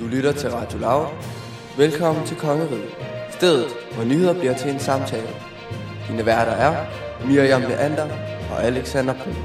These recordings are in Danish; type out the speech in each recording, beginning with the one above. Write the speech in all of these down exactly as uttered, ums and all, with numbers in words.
Du lytter til Radio Loud. Velkommen til Kongeriget. Stedet, hvor nyheder bliver til en samtale. Dine værter er Miriam Leander og Alexander Brun.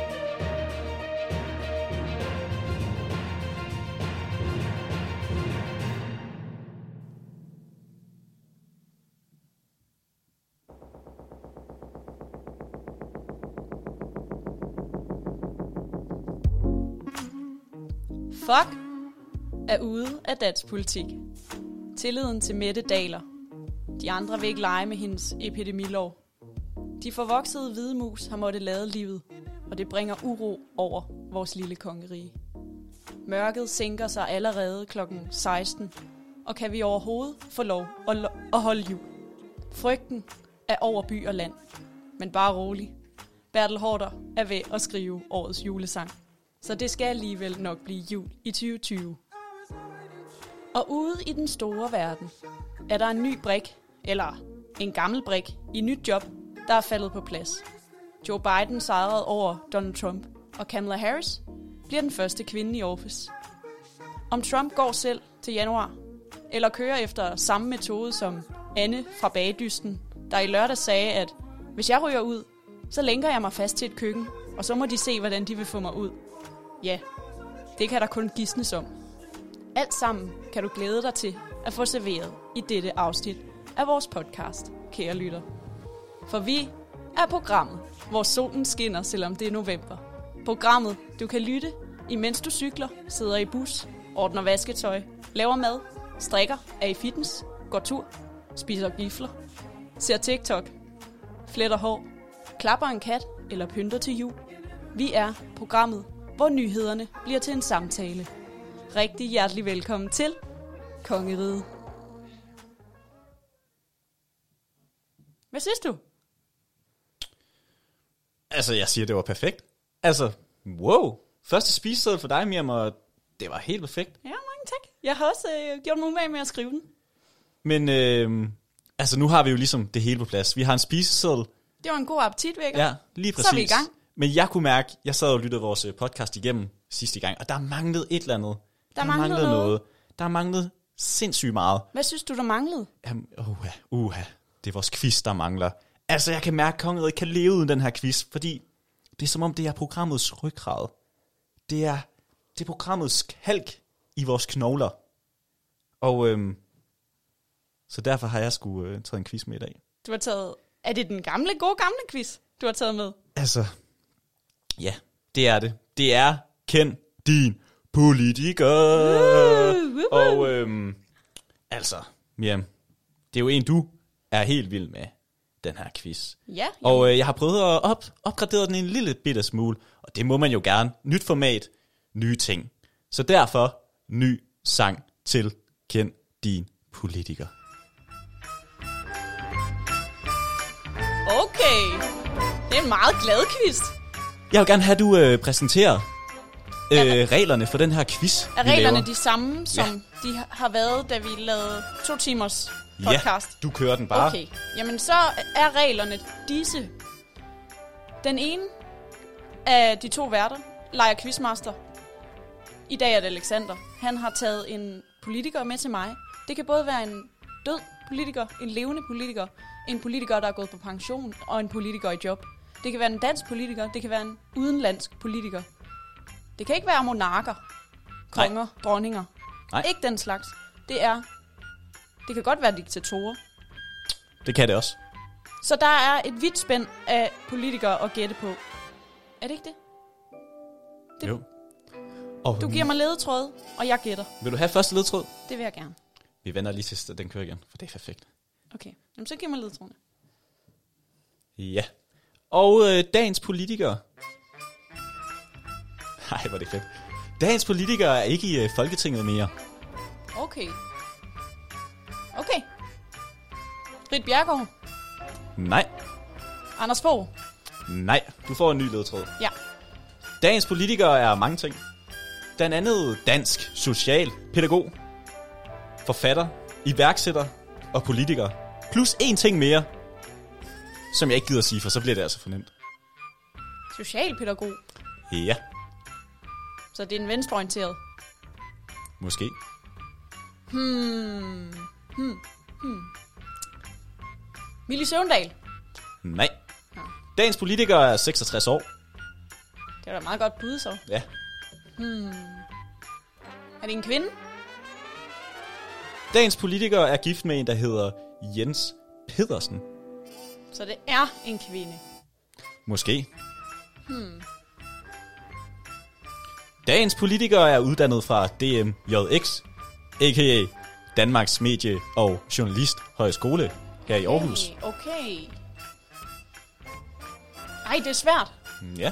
Fuck er ude af dansk politik. Tilliden til Mette daler. De andre vil ikke lege med hendes epidemilov. De forvoksede hvide mus har måttet lade livet, og det bringer uro over vores lille kongerige. Mørket sænker sig allerede klokken seksten, og kan vi overhovedet få lov at, lo- at holde jul? Frygten er over by og land, men bare rolig. Bertel Haarder er ved at skrive årets julesang, så det skal alligevel nok blive jul i tyve tyve. Og ude i den store verden er der en ny brik, eller en gammel brik, i nyt job, der er faldet på plads. Joe Biden sejrede over Donald Trump, og Kamala Harris bliver den første kvinde i office. Om Trump går selv til januar, eller kører efter samme metode som Anne fra Bagedysten, der i lørdag sagde, at hvis jeg ryger ud, så lænker jeg mig fast til et køkken, og så må de se, hvordan de vil få mig ud. Ja, det kan der kun gisnes om. Alt sammen kan du glæde dig til at få serveret i dette afsnit af vores podcast, kære lytter. For vi er programmet, hvor solen skinner, selvom det er november. Programmet, du kan lytte, imens du cykler, sidder i bus, ordner vasketøj, laver mad, strikker, er i fitness, går tur, spiser gifler, ser TikTok, fletter hår, klapper en kat eller pynter til jul. Vi er programmet, hvor nyhederne bliver til en samtale. Rigtig hjertelig velkommen til Kongeriget. Hvad synes du? Altså, jeg siger, det var perfekt. Altså, wow. Første spiseseddel for dig, Miriam, og det var helt perfekt. Ja, mange tak. Jeg har også øh, gjort mig umage med at skrive den. Men, øh, altså, nu har vi jo ligesom det hele på plads. Vi har en spiseseddel. Det var en god appetitvækker. Ja, lige præcis. Så er vi i gang. Men jeg kunne mærke, jeg sad og lyttede vores podcast igennem sidste gang, og der manglede et eller andet. Der, der manglede noget. noget. Der manglede sindssygt meget. Hvad synes du, der manglede? Jamen, uha, uha. Det er vores quiz, der mangler. Altså, jeg kan mærke, at kongeriget kan leve uden den her quiz, fordi det er som om, det er programmets ryggrad. Det er, det er programmets kalk i vores knogler. Og øhm, så derfor har jeg sgu øh, taget en quiz med i dag. Du har taget... Er det den gamle, gode gamle quiz, du har taget med? Altså, ja, det er det. Det er Kend din politiker. Uh, uh, uh. Og øhm, altså, Miriam, det er jo en, du er helt vild med, den her quiz. Ja. Og øh, jeg har prøvet at op, opgradere den en lille bitte smule, og det må man jo gerne. Nyt format, nye ting. Så derfor, ny sang til Kend din politiker. Okay, det er en meget glad quiz. Jeg vil gerne have, at du øh, præsenterer øh, reglerne for den her quiz. Er reglerne de samme, som ja. de har været, da vi lavede to timers podcast? Ja, du kører den bare. Okay, jamen så er reglerne disse. Den ene af de to værter leger quizmaster. I dag er det Alexander. Han har taget en politiker med til mig. Det kan både være en død politiker, en levende politiker, en politiker, der er gået på pension, og en politiker i job. Det kan være en dansk politiker, det kan være en udenlandsk politiker. Det kan ikke være monarker, konger, Nej. dronninger. Nej. Ikke den slags. Det er, det kan godt være diktatorer. Det kan det også. Så der er et vidt spænd af politikere at gætte på. Er det ikke det? det jo. Og du giver mig ledetråd, og jeg gætter. Vil du have første ledetråd? Det vil jeg gerne. Vi vender lige til, den kører igen, for det er perfekt. Okay, jamen, så giv mig ledetrådene. Ja. Og øh, dagens politikere... Nej, hvor er det fedt. Dagens politikere er ikke i øh, Folketinget mere. Okay. Okay. Rit Bjergård. Nej. Anders Fogh. Nej, du får en ny ledetråd. Ja. Dagens politikere er mange ting. Blandt andet dansk, social, pædagog, forfatter, iværksætter og politiker. Plus en ting mere, som jeg ikke gider at sige, for så bliver det altså for nemt. Socialpædagog. Ja. Så det er en venstreorienteret. Måske. Hmm. Hmm. Hmm. Millie Søvndal. Nej. Dagens politiker er seksogtres år. Det er da et meget godt bud, så. Ja. Hmm. Er det en kvinde? Dagens politiker er gift med en, der hedder Jens Pedersen. Så det er en kvinde. Måske. Hmm. Dagens politiker er uddannet fra D M J X, a k a. Danmarks Medie- og Journalisthøjskole her i Aarhus. Okay, okay. Ej, det er svært. Ja.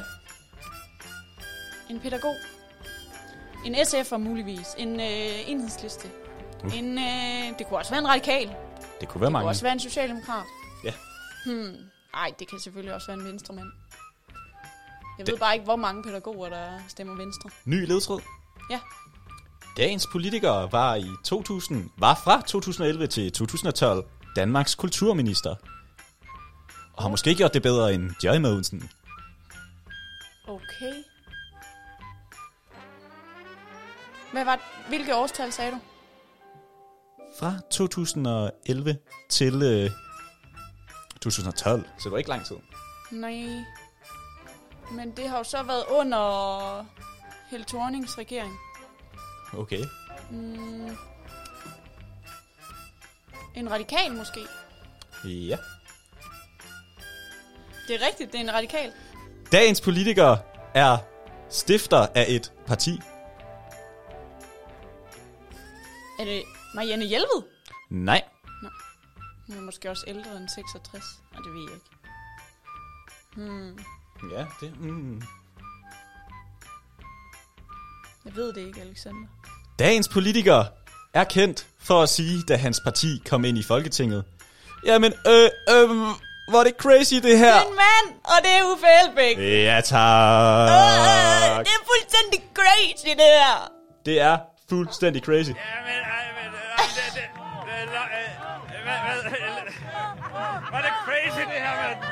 En pædagog. En S F'er muligvis. En øh, enhedsliste. Uh. En, øh, det kunne også være en radikal. Det kunne være Det mange. kunne også være en socialdemokrat. Ja. Hmm. Ej, det kan selvfølgelig også være en venstremand. Jeg Det- ved bare ikke, hvor mange pædagoger, der stemmer venstre. Ny ledtråd. Ja. Dagens politiker var i to tusind, var fra to tusind og elleve til to tusind og tolv Danmarks kulturminister. Og har måske gjort det bedre end Jerry Mogensen. Okay. Hvad var, hvilke årstal sagde du? Fra to tusind og elleve til øh, to tusind og tolv, så det var ikke lang tid. Nej. Men det har jo så været under Helle Thornings regering. Okay. Mm. En radikal måske? Ja. Det er rigtigt, det er en radikal. Dagens politiker er stifter af et parti. Er det Marianne Jelved? Nej. Hun er måske også ældre end seksogtres. Nej, det ved jeg ikke. Hmm. Ja, det... Mm. Jeg ved det ikke, Alexander. Dagens politiker er kendt for at sige, da hans parti kom ind i Folketinget. Jamen, øh, øh, var det crazy det her? Det er en mand, og det er Uffe Elbæk. Ja, tak. Øh, det er fuldstændig crazy, det her. Det er fuldstændig crazy. Ja, men, ej, men, øh, det, det, det, øh, hvad, hvad, var det crazy, det her, mand?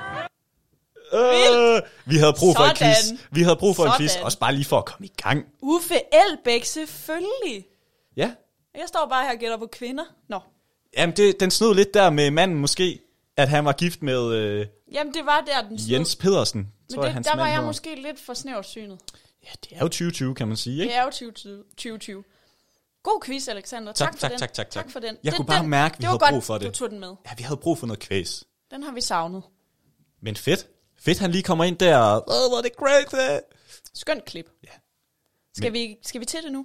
Øh, vi havde brug for en Sådan. quiz. Vi havde brug for en quiz, Sådan. også bare lige for at komme i gang. Uffe Elbæk, selvfølgelig. Ja. Jeg står bare her og gætter på kvinder. Nå. Jamen, det, den snød lidt der med manden måske, at han var gift med øh, Jamen, det var der, den stod. Jens Pedersen. Men Tror jeg, det, hans der var mand jeg hedder. måske lidt for snæversynet. Ja, det er jo tyve tyve, kan man sige, ikke? Det er jo tyve tyve. God quiz, Alexander. Tak, Tak, for tak, den. tak, tak, tak. tak for den. Jeg Det- kunne bare den, mærke, vi det var havde brug godt, for det. du tog den med. Ja, vi havde brug for noget quiz. Den har vi savnet. Men fedt. Fedt, han lige kommer ind der. Åh, hvor er det crazy. Skønt klip. Ja. Skal, Men- vi, skal vi til det nu?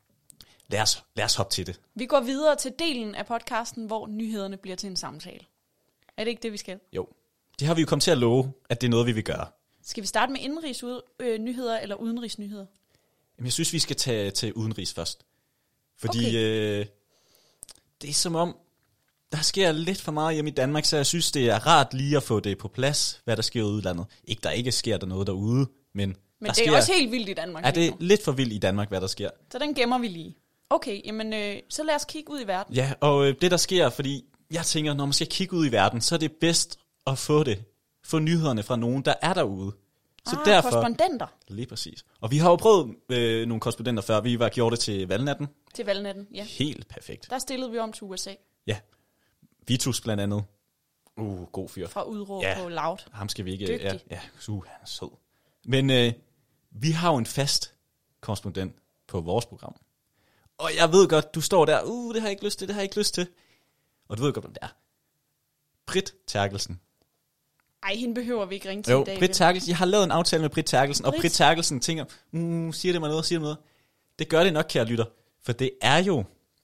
Lad os, lad os hoppe til det. Vi går videre til delen af podcasten, hvor nyhederne bliver til en samtale. Er det ikke det, vi skal? Jo. Det har vi jo kommet til at love, at det er noget, vi vil gøre. Skal vi starte med indenrigs ud, øh, nyheder eller udenrigsnyheder? Jamen, jeg synes, vi skal tage til udenrigs først. Fordi Okay. øh, det er som om, der sker lidt for meget hjemme i Danmark, så jeg synes, det er rart lige at få det på plads, hvad der sker i udlandet. Ikke, der ikke sker der noget derude, men, Men der det sker, er også helt vildt i Danmark. er lige det nu. lidt for vildt i Danmark, hvad der sker. Så den gemmer vi lige. Okay, jamen øh, så lad os kigge ud i verden. Ja, og øh, det der sker, fordi jeg tænker, når man skal kigge ud i verden, så er det bedst at få det. Få nyhederne fra nogen, der er derude. Så ah, derfor... korrespondenter Lige præcis. Og vi har jo prøvet øh, nogle korrespondenter før. Vi var gjort det til valgnatten. til valgnatten. Ja. Helt perfekt. Der stillede vi om til U S A Ja. Vitus blandt andet. Uh, god fyr. fra udråb Ja. på loud. Ham skal vi ikke... Dygtig. Ja, ja, uh, han er sød. Men øh, vi har jo en fast korrespondent på vores program. Og jeg ved godt, du står der, uh, det har jeg ikke lyst til, det har jeg ikke lyst til. Og du ved godt, hvem det er. Britt Terkelsen. Ej, hende behøver vi ikke ringe til Jo, i dag. Britt vel? Terkelsen. Jeg har lavet en aftale med Britt Terkelsen, og Britt. Britt Terkelsen tænker, uh, siger det mig noget, siger det mig noget. Det gør det nok, kære lytter. For det er jo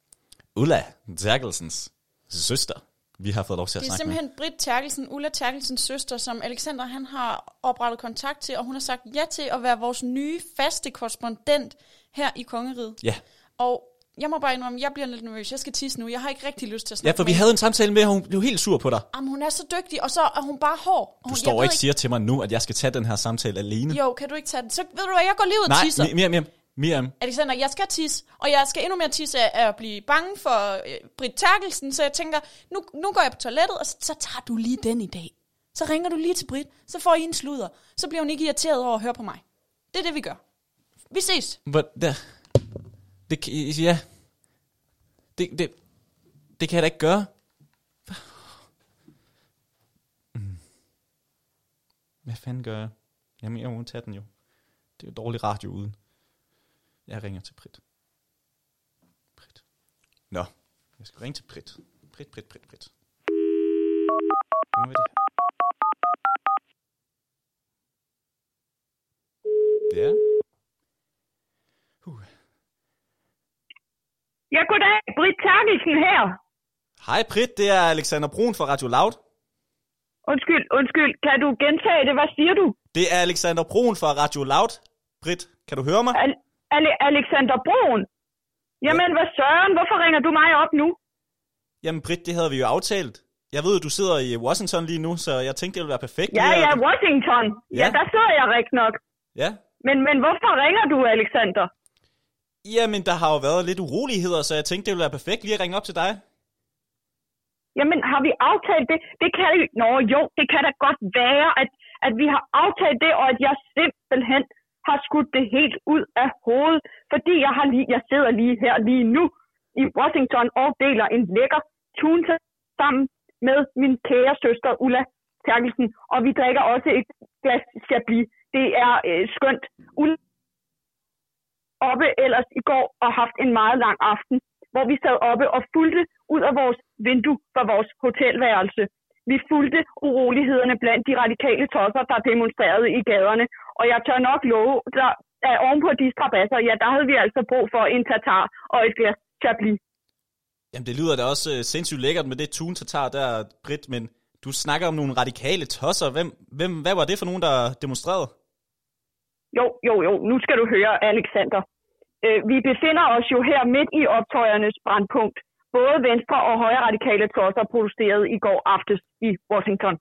Ulla Terkelsens søster, vi har fået lov til at Det er snakke med. simpelthen Britt Terkelsen, Ulla Terkelsens søster, som Alexander han har oprettet kontakt til, og hun har sagt ja til at være vores nye faste korrespondent her i Kongeriget. Ja. Og jeg må bare indrømme, jeg bliver lidt nervøs. Jeg skal tisse nu. Jeg har ikke rigtig lyst til at ja, snakke for vi med havde en samtale med, og hun blev helt sur på dig. Jamen, hun er så dygtig, og så er hun bare hård. Og Du hun, står jeg og ved ikke siger til mig nu, at jeg skal tage den her samtale alene. Jo, kan du ikke tage den? Så ved du hvad, jeg går lige ud og Nej, tisser. Mi- Miriam, Miriam, Miriam. Alexander, jeg skal tisse, og jeg skal endnu mere tisse af af at blive bange for øh, Britt Terkelsen, så jeg tænker, nu, nu går jeg på toilettet, og så, så tager du lige den i dag. Så ringer du lige til Britt, så får I en sludder. Så bliver hun ikke irriteret over at høre på mig. Det er det, vi gør. Vi ses. Hvor, der. Det, ja. Det, det, det kan jeg da ikke gøre. Mm. Hvad fanden gør jeg? Jamen, jeg må tage den jo. Det er jo dårlig radio uden. Jeg ringer til Britt. Britt. Nå, jeg skal ringe til Britt. Britt, Britt, Britt, Britt. Nu er det. Ja. Uh. Ja, goddag. Britt Terkelsen her. Hej Britt, det er Alexander Brun fra Radio Loud. Undskyld, undskyld. Kan du gentage det? Hvad siger du? Det er Alexander Brun fra Radio Loud. Britt, kan du høre mig? Al- Ale- Alexander Brun? Jamen, hvad søren? Hvorfor ringer du mig op nu? Jamen Britt, det havde vi jo aftalt. Jeg ved, du sidder i Washington lige nu, så jeg tænkte, det ville være perfekt. Ja, lige ja, at- Washington. Ja, Ja. der sidder jeg rigtig nok. Ja. Men, men hvorfor ringer du, Alexander? Jamen, der har jo været lidt uroligheder, så jeg tænkte, det ville være perfekt lige at ringe op til dig. Jamen, har vi aftalt det? Det kan jo... Nå jo, det kan da godt være, at, at vi har aftalt det, og at jeg simpelthen har skudt det helt ud af hovedet. Fordi jeg, har lige, jeg sidder lige her lige nu i Washington og deler en lækker tune sammen med min kære søster Ulla Terkelsen. Og vi drikker også et glas Chablis. Det er øh, skønt. Ulla oppe ellers i går og haft en meget lang aften, hvor vi sad oppe og fulgte ud af vores vindue fra vores hotelværelse. Vi fulgte urolighederne blandt de radikale tosser, der demonstrerede i gaderne. Og jeg tør nok love, der er ovenpå de strabasser, ja, der havde vi altså brug for en tatar og et glas Chablis. Jamen, det lyder da også øh, sindssygt lækkert med det tune-tatar der, Britt, men du snakker om nogle radikale tosser. Hvem, hvem, hvad var det for nogen, der demonstrerede? Jo, jo, jo. Nu skal du høre, Alexander. Øh, vi befinder os jo her midt i optøjernes brandpunkt. Både venstre og højre radikale tosser protesterede i går aftes i Washington.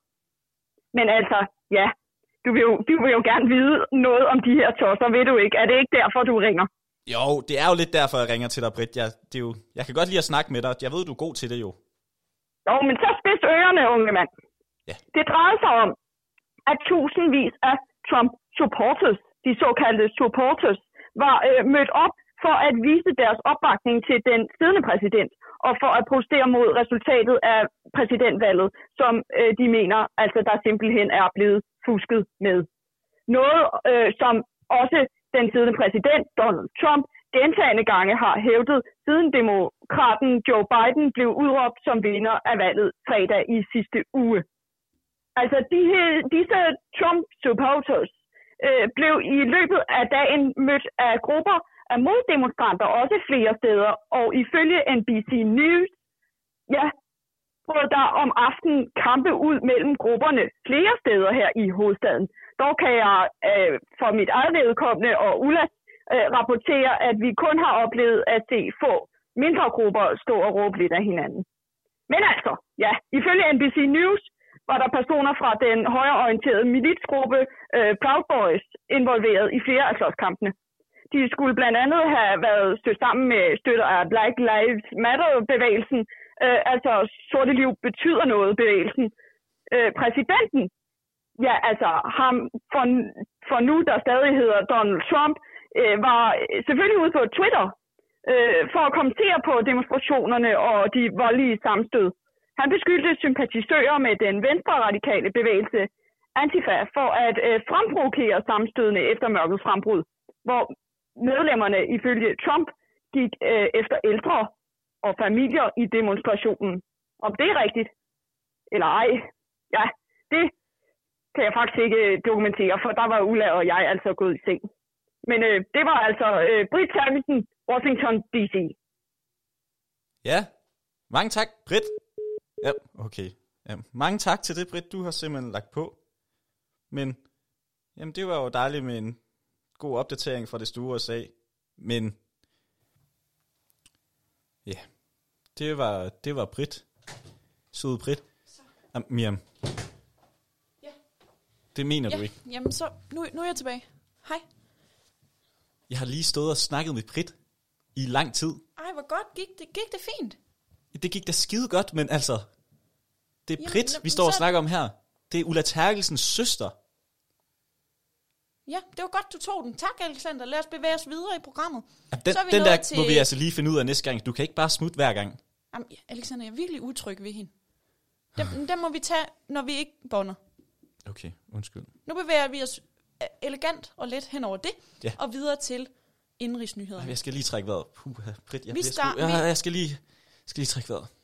Men altså, ja, du vil, jo, du vil jo gerne vide noget om de her tosser, ved du ikke? Er det ikke derfor, du ringer? Jo, det er jo lidt derfor, jeg ringer til dig, Britt. Jeg, det er jo, jeg kan godt lide at snakke med dig. Jeg ved, du er god til det jo. Jo, men så spids ørerne, unge mand. Ja. Det drejer sig om, at tusindvis af Trump-supporters, de såkaldte supporters, var øh, mødt op for at vise deres opbakning til den siddende præsident, og for at protestere mod resultatet af præsidentvalget, som øh, de mener, altså der simpelthen er blevet fusket med. Noget, øh, som også den siddende præsident, Donald Trump, gentagne gange har hævdet, siden demokraten Joe Biden blev udråbt som vinder af valget fredag i sidste uge. Altså, de, disse Trump-supporters øh, blev i løbet af dagen mødt af grupper af moddemonstranter, også flere steder, og ifølge N B C News, ja, brød der om aftenen kampe ud mellem grupperne flere steder her i hovedstaden. Dog kan jeg øh, for mit eget vedkommende og Ulla øh, rapportere, at vi kun har oplevet at se få mindre grupper stå og råbe lidt af hinanden. Men altså, ja, ifølge N B C News var der personer fra den højreorienterede militsgruppe øh, Proud Boys involveret i flere af slåskampene. De skulle blandt andet have været stødt sammen med støtter af Black Lives Matter-bevægelsen, øh, altså sorte liv betyder noget-bevægelsen. Øh, præsidenten, ja altså ham for, for nu, der stadig hedder Donald Trump, øh, var selvfølgelig ude på Twitter øh, for at kommentere på demonstrationerne og de voldelige sammenstød. Han beskyldte sympatisører med den venstre radikale bevægelse Antifa for at øh, fremprovokere sammenstødene efter mørkets frembrud, hvor medlemmerne ifølge Trump gik øh, efter ældre og familier i demonstrationen. Om det er rigtigt, eller ej, ja, det kan jeg faktisk ikke dokumentere, for der var Ulla og jeg altså gået i seng. Men øh, det var altså øh, Britt Terkelsen, Washington D C. Ja, mange tak, Britt. Ja, okay. Ja, mange tak til det, Britt, du har simpelthen lagt på. Men, jamen det var jo dejligt med en god opdatering fra det store U S A. Men, ja, det var, det var Britt. Søde Britt. Jamen, Miriam. Ja. Det mener Ja, du ikke. jamen så, nu, nu er jeg tilbage. Hej. Jeg har lige stået og snakket med Britt i lang tid. Ej, hvor godt gik det. Gik det fint? Det gik da skide godt, men altså, det er Jamen, Britt, nå, vi står og så- snakker om her. Det er Ulla Terkelsens søster. Ja, det var godt, du tog den. Tak, Alexander. Lad os bevæge os videre i programmet. Ja, den Så er vi den nået der til- må vi altså lige finde ud af næste gang. Du kan ikke bare smutte hver gang. Jamen, Alexander, jeg er virkelig utryg ved hende. Den, den må vi tage, når vi ikke bonder. Okay, undskyld. Nu bevæger vi os øh, elegant og let hen over det, Ja. og videre til indrigsnyhederne. Jeg skal lige trække vejret. Puh, Britt, jeg, Vi bliver start- sgu, ja, vi- jeg skal lige, skal lige trække vejret.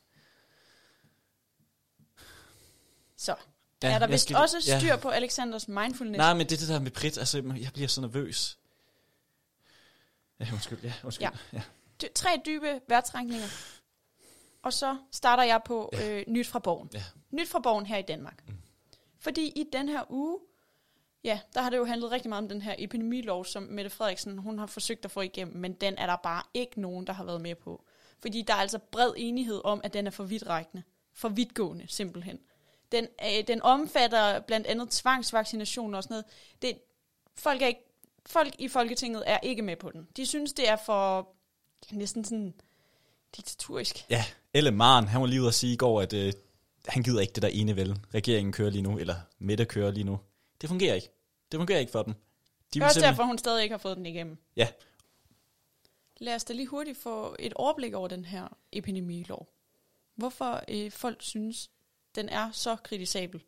Så Ja, er der jeg vist skal- også ja. styr på Alexanders mindfulness. Nej, men det er det der med Britt, altså jeg bliver så nervøs. Ja, undskyld, ja, undskyld. Ja. Ja. Dy- tre dybe vejrtrækninger. Og så starter jeg på øh, Nyt fra Borgen. Ja. Nyt fra Borgen her i Danmark. Mm. Fordi i den her uge, ja, der har det jo handlet rigtig meget om den her epidemilov, som Mette Frederiksen, hun har forsøgt at få igennem, men den er der bare ikke nogen, der har været med på. Fordi der er altså bred enighed om, at den er for vidtrækkende. For vidtgående, simpelthen. Den, øh, den omfatter blandt andet tvangsvaccinationer og sådan noget. Det, folk, er ikke, folk i Folketinget er ikke med på den. De synes, det er for ja, næsten sådan diktatorisk. Ja, Elle Maren, han var lige ude at sige i går, at øh, han gider ikke det der ene vel. Regeringen kører lige nu, eller Mette kører lige nu. Det fungerer ikke. Det fungerer ikke for dem. De Det vil er også simpelthen- derfor, hun stadig ikke har fået den igennem. Ja, Lad os da lige hurtigt få et overblik over den her epidemilov. Hvorfor øh, folk synes, den er så kritisabel.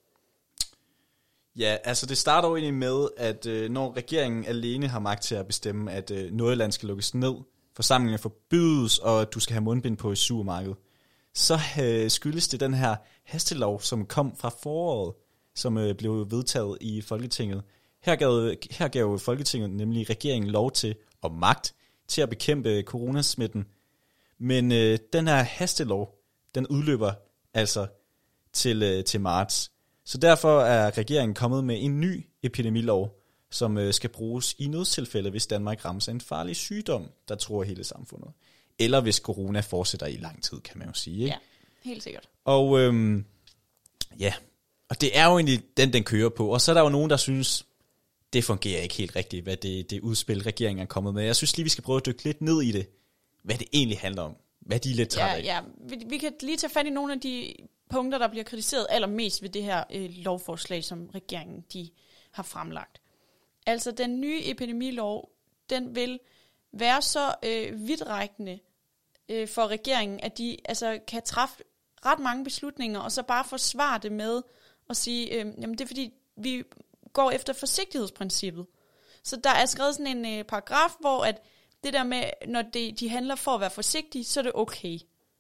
Ja, altså det starter jo egentlig med, at øh, når regeringen alene har magt til at bestemme, at øh, Nordjylland skal lukkes ned, forsamlinger forbydes, og at du skal have mundbind på i supermarkedet, så øh, skyldes det den her hastelov, som kom fra foråret, som øh, blev vedtaget i Folketinget. Her gav, her gav Folketinget nemlig regeringen lov til, og magt, til at bekæmpe coronasmitten. Men øh, den her hastelov, den udløber altså til, øh, til marts. Så derfor er regeringen kommet med en ny epidemilov, som øh, skal bruges i nødstilfælde, hvis Danmark rammes af en farlig sygdom, der truer hele samfundet. Eller hvis corona fortsætter i lang tid, kan man jo sige. Ikke? Ja, helt sikkert. Og øhm, ja, og det er jo egentlig den, den kører på. Og så er der jo nogen, der synes, det fungerer ikke helt rigtigt, hvad det, det udspil, regeringen er kommet med. Jeg synes lige, vi skal prøve at dykke lidt ned i det, hvad det egentlig handler om. Hvad de er lidt trætte Ja, af. ja. Vi, vi kan lige tage fat i nogle af de punkter, der bliver kritiseret allermest ved det her øh, lovforslag, som regeringen de har fremlagt. Altså, den nye epidemilov, den vil være så øh, vidtrækkende øh, for regeringen, at de altså, kan træffe ret mange beslutninger, og så bare forsvare det med at sige, øh, jamen det er fordi, vi går efter forsigtighedsprincippet. Så der er skrevet sådan en øh, paragraf, hvor at det der med, når det, de handler for at være forsigtige, så er det okay.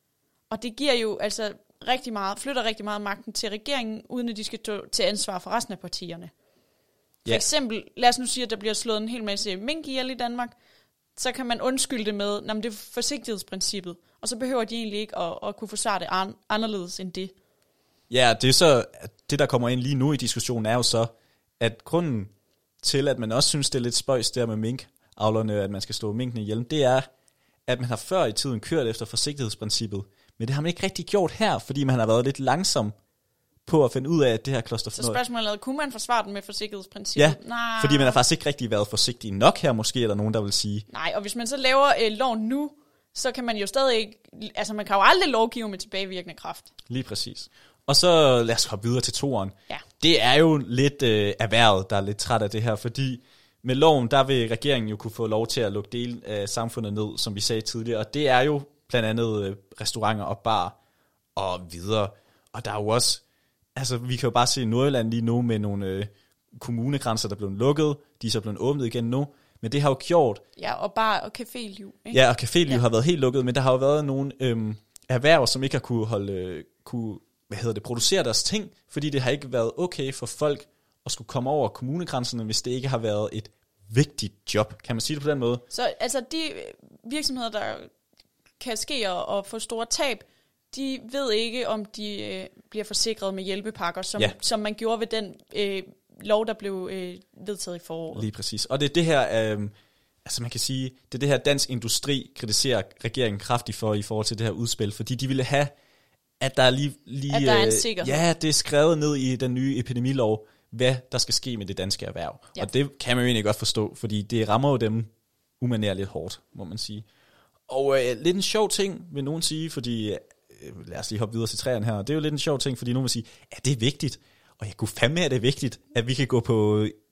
Og det giver jo altså rigtig meget, flytter rigtig meget magten til regeringen, uden at de skal stå til ansvar for resten af partierne. For Ja. eksempel, lad os nu sige, at der bliver slået en hel masse mink ihjel i Danmark, så kan man undskylde det med, at det er forsigtighedsprincippet, og så behøver de egentlig ikke at, at kunne forsvare det an, anderledes end det. Ja, det er så, det der kommer ind lige nu i diskussionen, er jo så, at grunden til, at man også synes, det er lidt spøjs der med minkavlerne, at man skal slå minkene ihjel, det er, at man har før i tiden kørt efter forsigtighedsprincippet, men det har man ikke rigtig gjort her, fordi man har været lidt langsom på at finde ud af, at det her kloster... Så spørgsmålet er, kunne man forsvare den med forsigtighedsprincippet? Ja, Nej. fordi man har faktisk ikke rigtig været forsigtig nok her, måske er der nogen, der vil sige. Nej, og hvis man så laver øh, loven nu, så kan man jo stadig ikke... Altså, man kan jo aldrig lovgive med tilbagevirkende kraft. Lige præcis. Og så lad os hoppe videre til toeren. Ja. Det er jo lidt øh, erhvervet, der er lidt træt af det her, fordi med loven, der vil regeringen jo kunne få lov til at lukke del af samfundet ned, som vi sagde tidligere, og det er jo blandt andet øh, restauranter og bar og videre. Og der er jo også, altså vi kan jo bare se i Nordjylland lige nu med nogle øh, kommunegrænser, der er blevet lukket, de er så blevet åbnet igen nu, men det har jo gjort, Ja, og bare og caféliv, ikke? ja, og caféliv Ja. har været helt lukket, men der har jo været nogle øhm, erhverv, som ikke har kunne holde, øh, kunne, hvad hedder det, producere deres ting, fordi det har ikke været okay for folk at skulle komme over kommunegrænserne, hvis det ikke har været et vigtigt job. Kan man sige det på den måde? Så altså, de virksomheder, der kan ske og, og få store tab, de ved ikke, om de øh, bliver forsikret med hjælpepakker, som, Ja. som man gjorde ved den øh, lov, der blev øh, vedtaget i foråret. Lige præcis. Og det er det her, øh, altså man kan sige, det er det her Dansk Industri kritiserer regeringen kraftigt for i forhold til det her udspil, fordi de ville have, at der er lige... lige At der er en øh, sikkerhed. Ja, det er skrevet ned i den nye epidemilov, hvad der skal ske med det danske erhverv. Ja. Og det kan man jo egentlig godt forstå, fordi det rammer jo dem umanerligt hårdt, må man sige. Og øh, lidt en sjov ting, vil nogen sige, fordi... Øh, lad os lige hoppe videre til træerne her. Det er jo lidt en sjov ting, fordi nogen vil sige, at det er vigtigt. Og jeg kunne fandme, at det er vigtigt, at vi kan gå på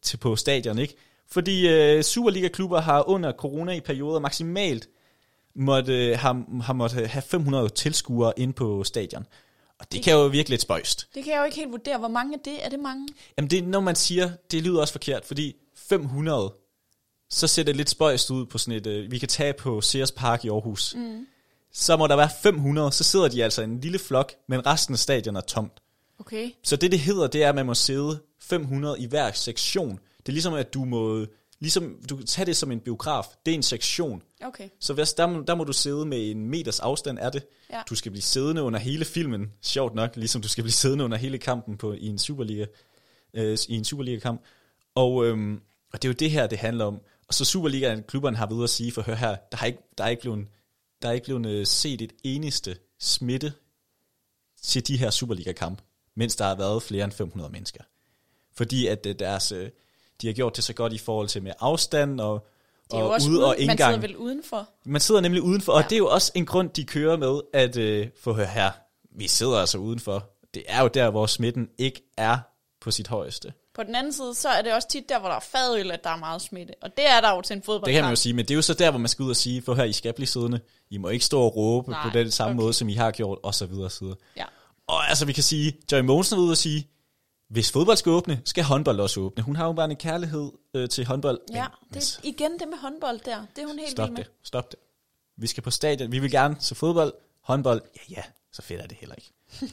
til på stadion, ikke? Fordi øh, Superliga-klubber har under corona i perioder maksimalt måtte, øh, har, har måtte have fem hundrede tilskuere ind på stadion. Og det, det kan jo virkelig lidt spøjst. Det kan jeg jo ikke helt vurdere. Hvor mange er det? Er det mange? Jamen det, når man siger, det lyder også forkert, fordi fem hundrede, så ser det lidt spøjst ud på sådan et, øh, vi kan tage på Sears Park i Aarhus. Mm. Så må der være fem hundrede, så sidder de altså i en lille flok, men resten af stadion er tomt. Okay. Så det, det hedder, det er, at man må sidde fem hundrede i hver sektion. Det er ligesom, at du må, ligesom, du kan tage det som en biograf. Det er en sektion. Okay. Så hvis, der, der må du sidde med en meters afstand af det. Ja. Du skal blive siddende under hele filmen, sjovt nok, ligesom du skal blive siddende under hele kampen på, i en Superliga, øh, i en Superliga-kamp. Og, øhm, og det er jo det her, det handler om. Og så Superliga-klubberne har ved at sige, for hør her, der er ikke, der er ikke blevet, der er ikke blevet set et eneste smitte til de her Superliga-kamp, mens der har været flere end fem hundrede mennesker. Fordi at deres, de har gjort det så godt i forhold til med afstand og, og også ude uden, og indgang. Man sidder vel udenfor? Man sidder nemlig udenfor, ja. Og det er jo også en grund, de kører med, at øh, for hør her, vi sidder altså udenfor. Det er jo der, hvor smitten ikke er på sit højeste. På den anden side, så er det også tit der, hvor der er fadøl, at der er meget smitte. Og det er der jo til en fodboldkamp. Det kan man jo sige, men det er jo så der, hvor man skal ud og sige, for her, I skal blive siddende. I må ikke stå og råbe Nej, på den samme okay. måde, som I har gjort, og så videre og så videre. Ja. Og altså, vi kan sige, Joy Mogensen er ude og sige, hvis fodbold skal åbne, skal håndbold også åbne. Hun har jo bare en kærlighed øh, til håndbold. Ja, men, det er igen det med håndbold der. Det er hun helt stop vild med. det, stop det. Vi skal på stadion. Vi vil gerne se fodbold, håndbold. Ja, ja, så fedt er det heller ikke.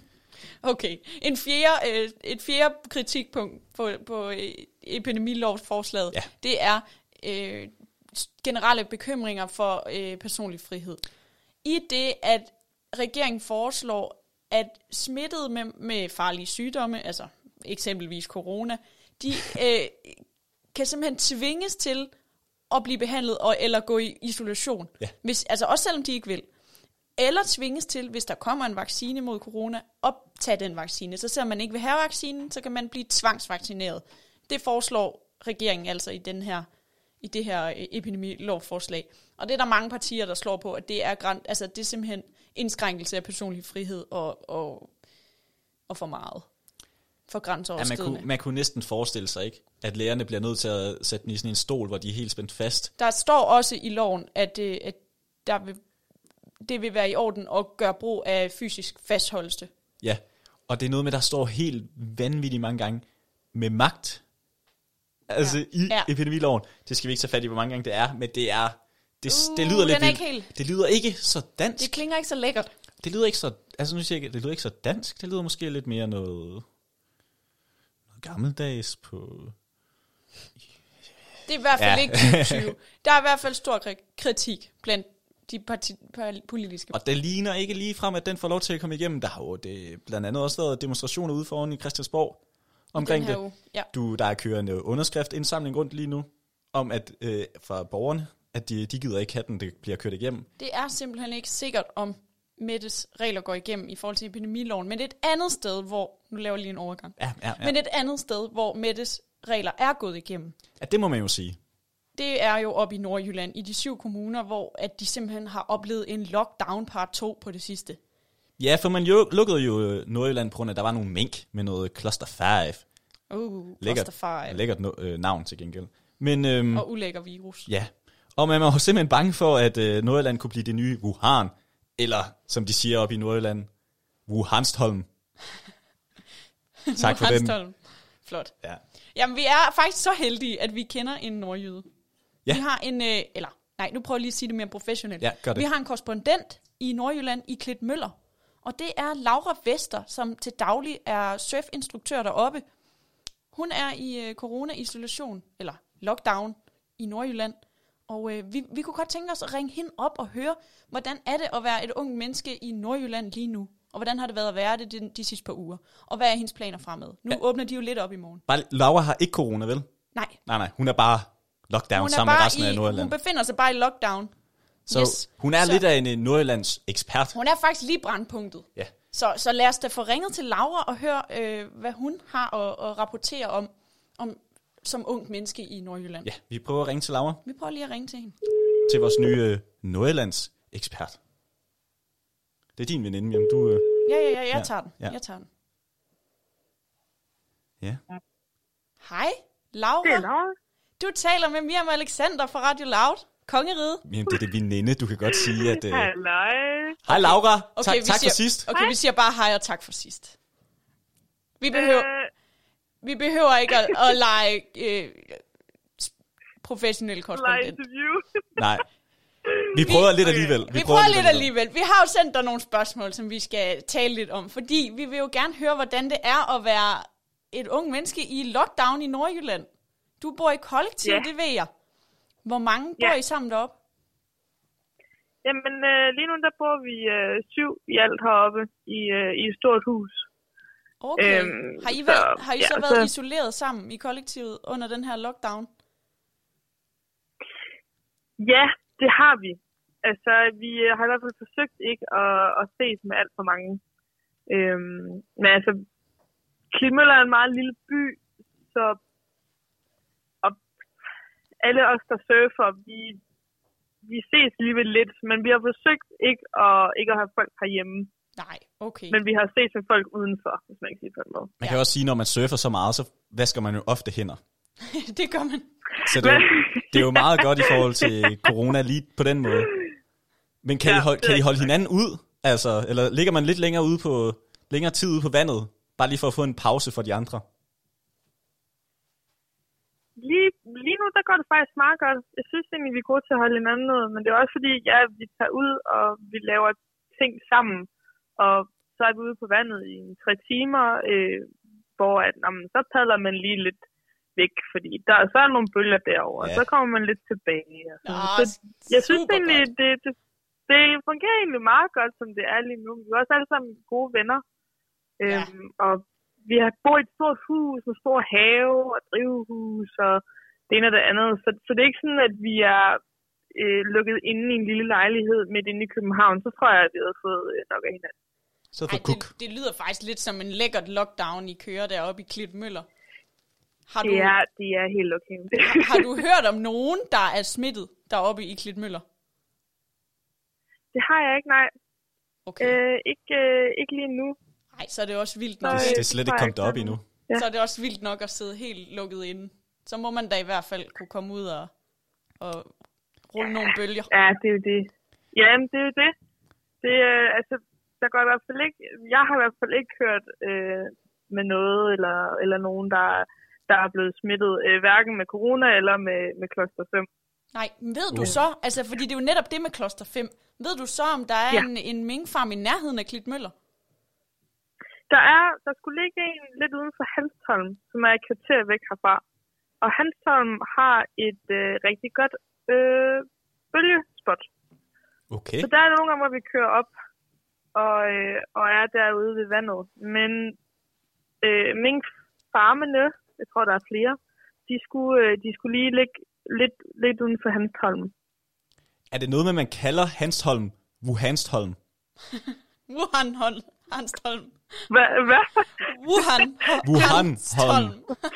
Okay. En fjerde, øh, et fjerde kritikpunkt på, på øh, epidemilovsforslaget, ja. Det er øh, generelle bekymringer for øh, personlig frihed. I det, at regeringen foreslår, at smittede med, med farlige sygdomme, altså eksempelvis corona, de øh, kan simpelthen tvinges til at blive behandlet og, eller gå i isolation. Ja. Hvis, altså også selvom de ikke vil. Eller tvinges til, hvis der kommer en vaccine mod corona, at tage den vaccine. Så selvom man ikke vil have vaccinen, så kan man blive tvangsvaccineret. Det foreslår regeringen altså i, den her, i det her epidemilovforslag. Og det er der mange partier, der slår på, at det er, altså, det er simpelthen indskrænkelse af personlig frihed og, og, og for meget. For grænseoverskridende. Ja, man, kunne, man kunne næsten forestille sig, ikke, at lærerne bliver nødt til at sætte dem i sådan en stol, hvor de er helt spændt fast. Der står også i loven, at, at der vil, det vil være i orden at gøre brug af fysisk fastholdelse. Ja, og det er noget med, der står helt vanvittigt mange gange med magt. Altså ja. i ja. epidemiloven. Det skal vi ikke tage fat i, hvor mange gange det er, men det er... Det, uh, det lyder lidt ikke helt. Det lyder ikke så dansk. Det klinger ikke så lækkert. Det lyder ikke så... Altså nu siger jeg, det lyder ikke så dansk. Det lyder måske lidt mere noget... noget gammeldags på... Det er i hvert fald ja. ikke tyve tyve. Der er i hvert fald stor kritik blandt de parti- politiske. Og det ligner ikke lige frem, at den får lov til at komme igennem. Der har jo det blandt andet også været demonstrationer ude foran i Christiansborg omkring det. Ja. Du, der er kørende underskriftindsamling rundt lige nu, om at øh, fra borgerne, at de, de gider ikke have den, det bliver kørt igennem. Det er simpelthen ikke sikkert, om Mettes regler går igennem i forhold til epidemiloven, men det er et andet sted, hvor, nu laver jeg lige en overgang, ja, ja, ja. men et andet sted, hvor Mettes regler er gået igennem. Ja, det må man jo sige. Det er jo oppe i Nordjylland, i de syv kommuner, hvor at de simpelthen har oplevet en lockdown part to på det sidste. Ja, for man jo, lukkede jo Nordjylland på grund af, at der var nogle mink med noget Cluster fem. Uh, Cluster fem. Lækkert no, øh, navn til gengæld. Men, øhm, og ulækker virus. Ja, og man var jo simpelthen bange for, at øh, Nordjylland kunne blive det nye Wuhan. Eller, som de siger oppe i Nordjylland, Wuhanstholm. Tak for den. Flot. Ja. Jamen, vi er faktisk så heldige, at vi kender en nordjyde. Ja. Vi har en, øh, eller, nej, nu prøver jeg lige at sige det mere professionelt. Ja, gør det. Vi har en korrespondent i Nordjylland, i Klitmøller. Og det er Laura Vester, som til daglig er surfinstruktør deroppe. Hun er i øh, corona-isolation, eller lockdown, i Nordjylland. Og øh, vi, vi kunne godt tænke os at ringe hende op og høre, hvordan er det at være et ung menneske i Nordjylland lige nu? Og hvordan har det været at være det de, de sidste par uger? Og hvad er hendes planer fremad? Nu ja. åbner de jo lidt op i morgen. Bare, Laura har ikke corona, vel? Nej. Nej, nej. Hun er bare lockdown er sammen bare med resten i, af Nordjylland. Hun befinder sig bare i lockdown. Så yes. hun er så. lidt af en Nordjyllands ekspert. Hun er faktisk lige brandpunktet. Ja. Så, så lad os da få ringet til Laura og høre, øh, hvad hun har at, at rapportere om, om som ung menneske i Nordjylland. Ja, vi prøver at ringe til Laura. Vi prøver lige at ringe til hende. Til vores nye øh, Nordjyllands ekspert. Det er din veninde, Miriam. Du... Øh... Ja, ja, ja, jeg tager den. Ja. Jeg tager den. Ja. Hej, Laura, Det er Laura. du taler med Miriam Alexander fra Radio Loud. Kongeriget. Jamen, det er det veninde, du kan godt sige, at... Uh... Halløj. Hej Laura, Okay, tak, vi tak siger, for sidst. Okay, vi siger bare hej og tak for sidst. Vi behøver, Øh, vi behøver ikke at, at lege øh, professionel live korrespondent. interview. Nej, vi prøver lidt alligevel. Vi prøver lidt alligevel. Vi har jo sendt dig nogle spørgsmål, som vi skal tale lidt om, fordi vi vil jo gerne høre, hvordan det er at være et ung menneske i lockdown i Nordjylland. Du bor i kollektiv, Ja. det ved jeg. Hvor mange bor Ja. I sammen deroppe? Jamen, øh, lige nu der bor vi øh, syv i alt heroppe i, øh, i et stort hus. Okay. Øhm, har I, så- været, har I så ja, været så- isoleret sammen i kollektivet under den her lockdown? Ja, det har vi. Altså, vi øh, har i hvert fald forsøgt ikke at, at ses med alt for mange. Øhm, men altså, Klitmøller er en meget lille by, så og alle os, der surfer, vi, vi ses alligevel lidt, men vi har forsøgt ikke at, ikke at have folk herhjemme. Nej, okay. Men vi har set med folk udenfor, hvis man ikke siger på den måde. Man kan jo også sige, når man surfer så meget, så vasker man jo ofte hænder. det gør man. Så det er, jo, det er jo meget godt i forhold til corona lige på den måde. Men kan, Ja, I, hold, det er kan I holde rigtigt. hinanden ud? Altså, eller ligger man lidt længere ude på længere tid ude på vandet? Bare lige for at få en pause for de andre? Lige, lige nu, der går det faktisk meget godt. Jeg synes egentlig, vi er gode til at holde hinanden ud, men det er også fordi, ja, vi tager ud, og vi laver ting sammen, og så er vi ude på vandet i en tre timer, øh, hvor at, jamen, så padler man lige lidt væk, fordi der så er nogle bølger derovre, Ja. og så kommer man lidt tilbage. Og sådan. Nå, så jeg synes super egentlig, godt. det, det, det fungerer egentlig meget godt, som det er lige nu. Vi er også alle sammen gode venner, Ja. øhm, og vi har boet i et stort hus med stor have og drivhus og det ene og det andet. Så, så det er ikke sådan, at vi er øh, lukket inde i en lille lejlighed midt inde i København. Så tror jeg, at vi havde fået øh, nok af hinanden. Så Ej, for kuk. det, det lyder faktisk lidt som en lækkert lockdown, I kører deroppe i Klitmøller. Har du, Det er, det er helt okay. har du hørt om nogen, der er smittet deroppe i Klitmøller? Det har jeg ikke, nej. Okay. Øh, ikke, øh, ikke lige nu. Nej, så er det også vildt nok. Nej. Det er slet ikke kommet op endnu. Ja. Så er det også vildt nok at sidde helt lukket inde. Så må man da i hvert fald kunne komme ud og, og rulle nogle bølger. Ja, det er jo det. Jamen, det er jo det. Det er, altså, der går i hvert fald ikke, jeg har i hvert fald ikke hørt øh, med noget, eller, eller nogen, der, der er blevet smittet, øh, hverken med corona eller med, med kloster fem. Nej, men ved du så, altså fordi det er jo netop det med kloster fem, ved du så, om der er Ja. en, en minkfarm i nærheden af Klitmøller? Der er, der skulle ligge en lidt uden for Hanstholm, som er et kvarter væk herfra. Og Hanstholm har et øh, rigtig godt øh, bølgespot. Okay. Så der er nogle gange, hvor vi kører op og, øh, og er derude ved vandet. Men øh, minkfarmene, jeg tror, der er flere, de skulle, øh, de skulle lige ligge lidt, lidt uden for Hanstholm. Er det noget med, man kalder Hanstholm Wuhanstholm? Wuhan, Hol- Hanstholm. Hvad? Hvad? Wuhan, Wuhanholm.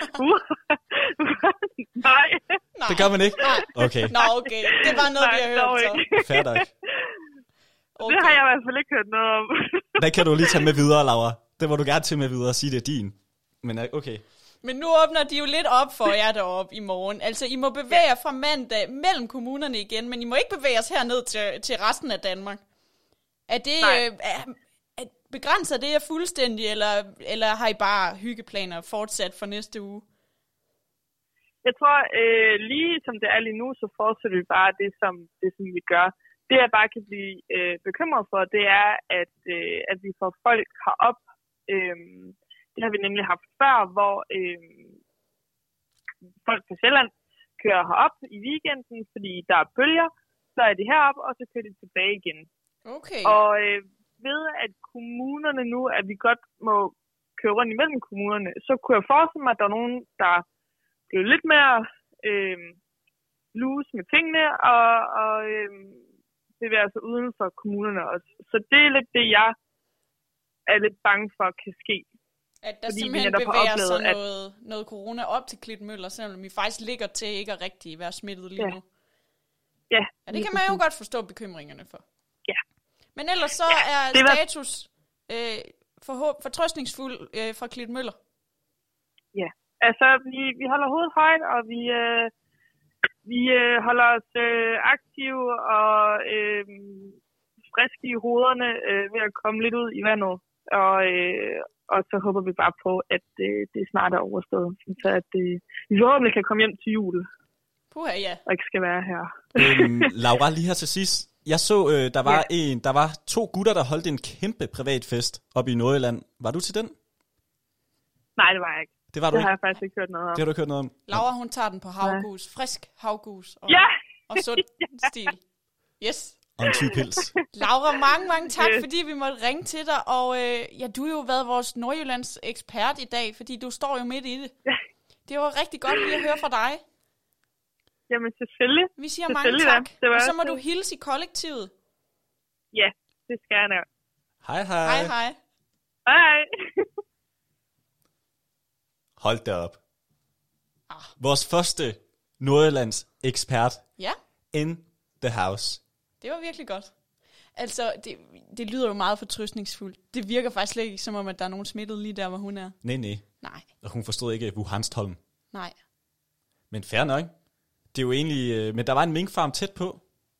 Nej. Nej. Det gør man ikke? Okay, Nå, okay. Det var noget, vi har Nej, dog hørt så. ikke. fair nok. Okay. Det har jeg i hvert fald ikke hørt noget om. Den kan du lige tage med videre, Laura. Det må du gerne tage med videre og sige, det er din. Men øh, okay. Men nu åbner de jo lidt op for jer deroppe i morgen. Altså, I må bevæge jer fra mandag mellem kommunerne igen, men I må ikke bevæge os herned til, til resten af Danmark. Er det, øh, er, er, begrænser det jer fuldstændig, eller, eller har I bare hyggeplaner fortsat for næste uge? Jeg tror, øh, lige som det er lige nu, så fortsætter vi bare det, som, det, som vi gør. Det, jeg bare kan blive øh, bekymret for, det er, at, øh, at vi får folk herop. Øh, det har vi nemlig haft før, hvor øh, folk fra Sjælland kører herop i weekenden, fordi der er bølger. Så er de heroppe, og så kører de tilbage igen. Okay. Og øh, ved at kommunerne nu, at vi godt må køre rundt imellem kommunerne, så kunne jeg forestille mig, at der er nogen, der blev lidt mere øh, loose med tingene, og, og øh, bevæger sig uden for kommunerne også. Så det er lidt det, jeg er lidt bange for, kan ske. At der fordi vi simpelthen netop har bevæger oplevet, sig at- noget, noget corona op til Klitmøller, selvom vi faktisk ligger til ikke at rigtig være smittet lige Ja. nu. Ja, Ja, det kan man jo godt forstå bekymringerne for. Ja. Men ellers så er det var- status øh, forhåb- fortrøstningsfuld øh, fra Klitmøller. Ja, altså, vi, vi holder hovedet højt, og vi, øh, vi øh, holder os øh, aktive og øh, friske i hovederne øh, ved at komme lidt ud i vandet. Og, øh, og så håber vi bare på, at øh, det snart er overstået. Så at øh, vi forhåbentlig kan komme hjem til jul. Puha, ja. Og ikke skal være her. øhm, Laura, lige her til sidst. Jeg så, øh, der var Ja. en, der var to gutter, der holdt en kæmpe privat fest oppe i Nordjylland. Var du til den? Nej, det var jeg ikke. Det var du Det ikke? har jeg faktisk ikke hørt noget om. Det har du ikke hørt noget om? Laura, hun tager den på havgus. Frisk havgus. Og, Ja! og sund stil. Yes. Og en tyve pils. Laura, mange, mange tak, Yes. fordi vi måtte ringe til dig. Og øh, ja, du har jo været vores Nordjyllands ekspert i dag, fordi du står jo midt i det. Ja. Det var rigtig godt lige at høre fra dig. Jamen selvfølgelig. Vi siger mange Selvfølgelig tak. da. Det var Og så må også- du hilse i kollektivet. Ja, det skal jeg nok. Hej, hej. Hej, hej. Hej. Hold da op. Ah. Vores første Nordjyllands ekspert Ja, in the house. det var virkelig godt. Altså, det, det lyder jo meget fortrøstningsfuldt. Det virker faktisk slet ikke som om, at der er nogen smittet lige der, hvor hun er. Nej, nej. Nej, Og hun forstod ikke Wuhanstholm. nej. Men fair nok. Det er jo egentlig... Øh, men der var en minkfarm tæt på.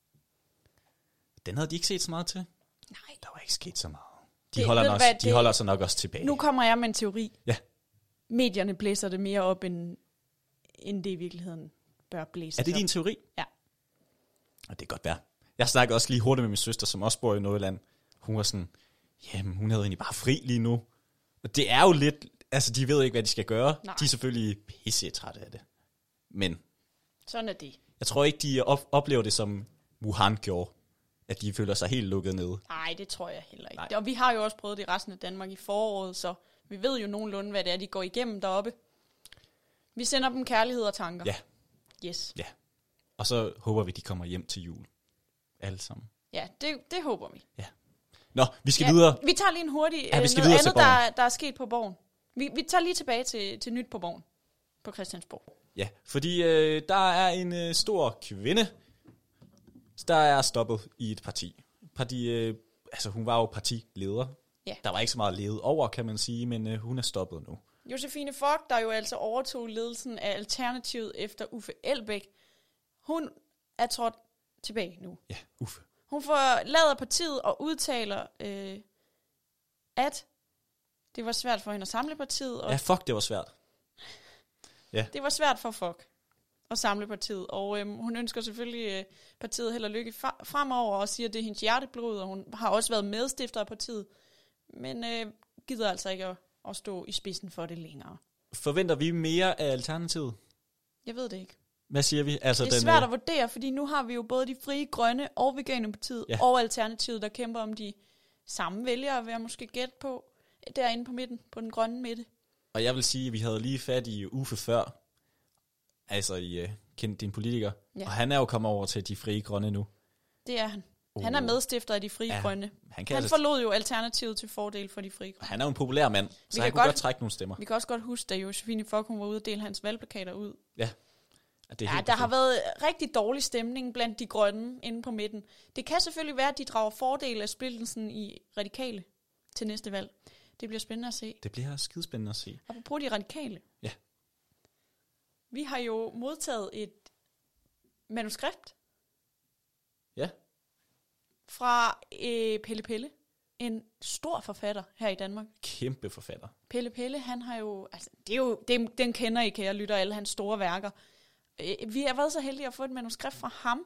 Den havde de ikke set så meget til. Nej. Der var ikke sket så meget. De, Det- holder, ved du nok, hvad, de det- holder sig nok også tilbage. Nu kommer jeg med en teori. Ja. Medierne blæser det mere op, end, end det i virkeligheden bør blæse. Er det din teori? Ja. Og det kan godt være. Jeg snakker også lige hurtigt med min søster, som også bor i Nordjylland. Hun var sådan, jamen hun havde egentlig bare fri lige nu. Og det er jo lidt, altså de ved ikke, hvad de skal gøre. Nej. De er selvfølgelig pisse trætte af det. Men Sådan er det. jeg tror ikke, de op- oplever det, som Wuhan gjorde. At de føler sig helt lukket nede. Nej, det tror jeg heller ikke. Nej. Og vi har jo også prøvet det i resten af Danmark i foråret, så vi ved jo nogenlunde, hvad det er, de går igennem deroppe. Vi sender dem kærlighed og tanker. Ja. Yes. Ja. Og så håber vi, de kommer hjem til jul. Alle sammen. Ja, det, det håber vi. Nå, vi skal Ja, videre. Vi tager lige en hurtig Ja, vi øh, skal noget videre til andet, der, der er sket på Borgen. Vi, vi tager lige tilbage til, til nyt på Borgen. På Christiansborg. Ja, fordi øh, der er en øh, stor kvinde, der er stoppet i et parti. parti øh, altså, hun var jo partileder. Ja. Der var ikke så meget ledet over, kan man sige, men øh, hun er stoppet nu. Josefine Fock, der jo altså overtog ledelsen af Alternativet efter Uffe Elbæk, hun er trådt tilbage nu. Ja, Uffe. Hun forlader partiet og udtaler, øh, at det var svært for hende at samle partiet, og Ja, fuck, det var svært. det var svært for Fock at samle partiet. Og øh, hun ønsker selvfølgelig øh, partiet held og lykke fra- fremover, og siger, at det er hendes hjerteblod, og hun har også været medstifter af partiet, men øh, gider altså ikke at, at stå i spidsen for det længere. Forventer vi mere af Alternativet? Jeg ved det ikke. Hvad siger vi? Altså, Det er den, svært øh, at vurdere, fordi nu har vi jo både de Frie Grønne og Veganerpartiet Ja. og Alternativet, der kæmper om de samme vælgere, vil jeg måske gætte på, derinde på midten, på den grønne midte. Og jeg vil sige, at vi havde lige fat i Uffe før. Altså, I uh, kendte din politiker. Ja. Og han er jo kommet over til de Frie Grønne nu. Det er han. Han er Oh. medstifter af de Frie Ja, Grønne. Han, kan Han altså, forlod jo Alternativet til fordel for de Frie Grønne. han er jo en populær mand, så kan han kunne godt- godt trække nogle stemmer. Vi kan også godt huske, da Josefine Fock hun var ude og dele hans valgplakater ud. Ja, det er Ja, helt der har perfekt. været rigtig dårlig stemning blandt de grønne inde på midten. Det kan selvfølgelig være, at de drager fordel af splittelsen i radikale til næste valg. Det bliver spændende at se. Det bliver skidespændende at se. Apropos de radikale. Ja. Vi har jo modtaget et manuskript Ja. fra øh, Pelle Pelle. En stor forfatter her i Danmark. Kæmpe forfatter. Pelle Pelle, han har jo, altså, det er jo, det, den kender I, kære lytter, alle hans store værker. Øh, vi har været så heldige at få et manuskript fra ham.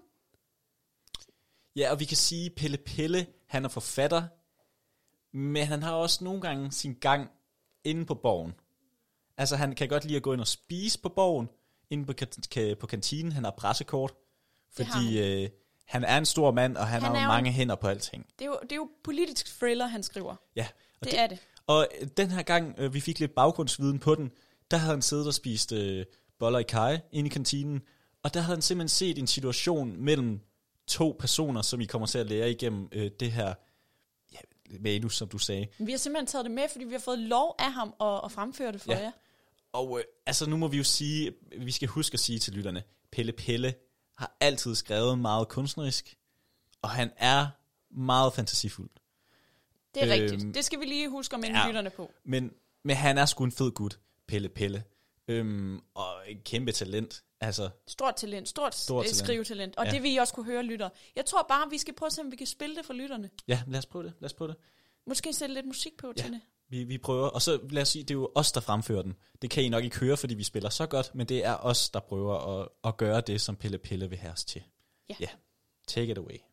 Ja, og vi kan sige, Pelle Pelle, han er forfatter, men han har også nogle gange sin gang inde på Borgen. Altså, han kan godt lide at gå ind og spise på Borgen, inde på, ka- på kantinen. Han har pressekort, Det har fordi han. Øh, han er en stor mand, og han, Han har er jo jo- mange hænder på alting. Det er jo, det er jo politisk thriller, han skriver. Ja, og Det, det er det. Og øh, den her gang, øh, vi fik lidt baggrundsviden på den, der havde han siddet og spist øh, boller i kaj inde i kantinen, og der havde han simpelthen set en situation mellem to personer, som I kommer til at lære igennem øh, det her ja, manus, som du sagde. Vi har simpelthen taget det med, fordi vi har fået lov af ham at, at fremføre det for Ja. jer. Og øh, altså nu må vi jo sige, vi skal huske at sige til lytterne, Pelle Pelle har altid skrevet meget kunstnerisk, og han er meget fantasifuld. Det er Øhm, rigtigt. Det skal vi lige huske at minde ja. lytterne på. Men, men han er sgu en fed gut, Pelle Pelle. Øhm, og et kæmpe talent. Altså, Stort talent, stort, stort talent. skrivetalent. Og ja. det vil I også kunne høre, lytter. Jeg tror bare, vi skal prøve at se, om vi kan spille det for lytterne. Ja, lad os prøve det. Lad os prøve det. Måske sætte lidt musik på ja. til det. Vi, vi prøver, og så lad os sige, det er jo os, der fremfører den. Det kan I nok ikke høre, fordi vi spiller så godt, men det er os, der prøver at, at gøre det, som Pelle Pelle vil have os til. Ja. Ja, take it away.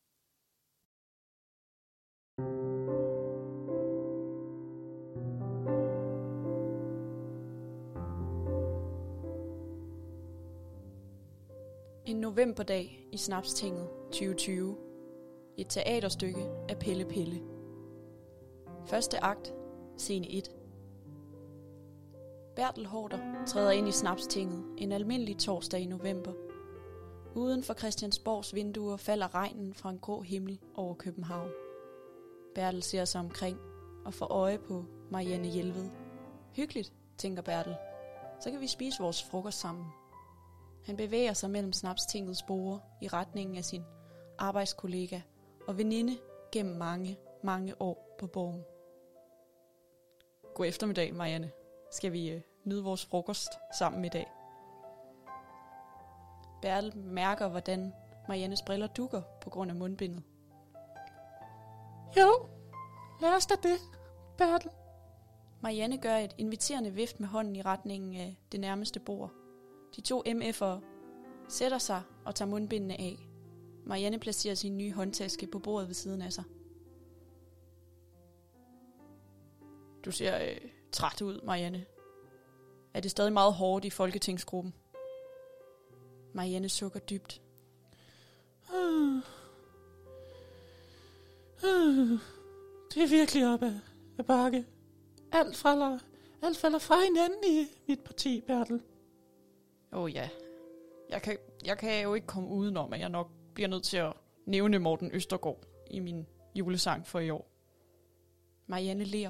En novemberdag i Snapstinget tyve tyve. Et teaterstykke af Pelle Pelle. Første akt, scene et. Bertel Haarder træder ind i Snapstinget en almindelig torsdag i november. Uden for Christiansborgs vinduer falder regnen fra en grå himmel over København. Bertel ser sig omkring og får øje på Marianne Jelved. Hyggeligt, tænker Bertel. Så kan vi spise vores frokost sammen. Han bevæger sig mellem Snapstingets borde i retningen af sin arbejdskollega og veninde gennem mange, mange år på Borgen. God eftermiddag, Marianne. Skal vi øh, nyde vores frokost sammen i dag? Bertel mærker, hvordan Mariannes briller dukker på grund af mundbindet. Jo, lad os da det, Bertel. Marianne gør et inviterende vift med hånden i retningen af det nærmeste bord. De to M F'ere sætter sig og tager mundbindene af. Marianne placerer sin nye håndtaske på bordet ved siden af sig. Du ser øh, træt ud, Marianne. Er det stadig meget hårdt i folketingsgruppen? Marianne sukker dybt. Uh, uh, det er virkelig op ad, ad bakke. Alt falder, alt falder fra hinanden i mit parti, Bertel. Åh oh, ja. Jeg kan, jeg kan jo ikke komme udenom, at jeg nok bliver nødt til at nævne Morten Østergaard i min julesang for i år. Marianne ler.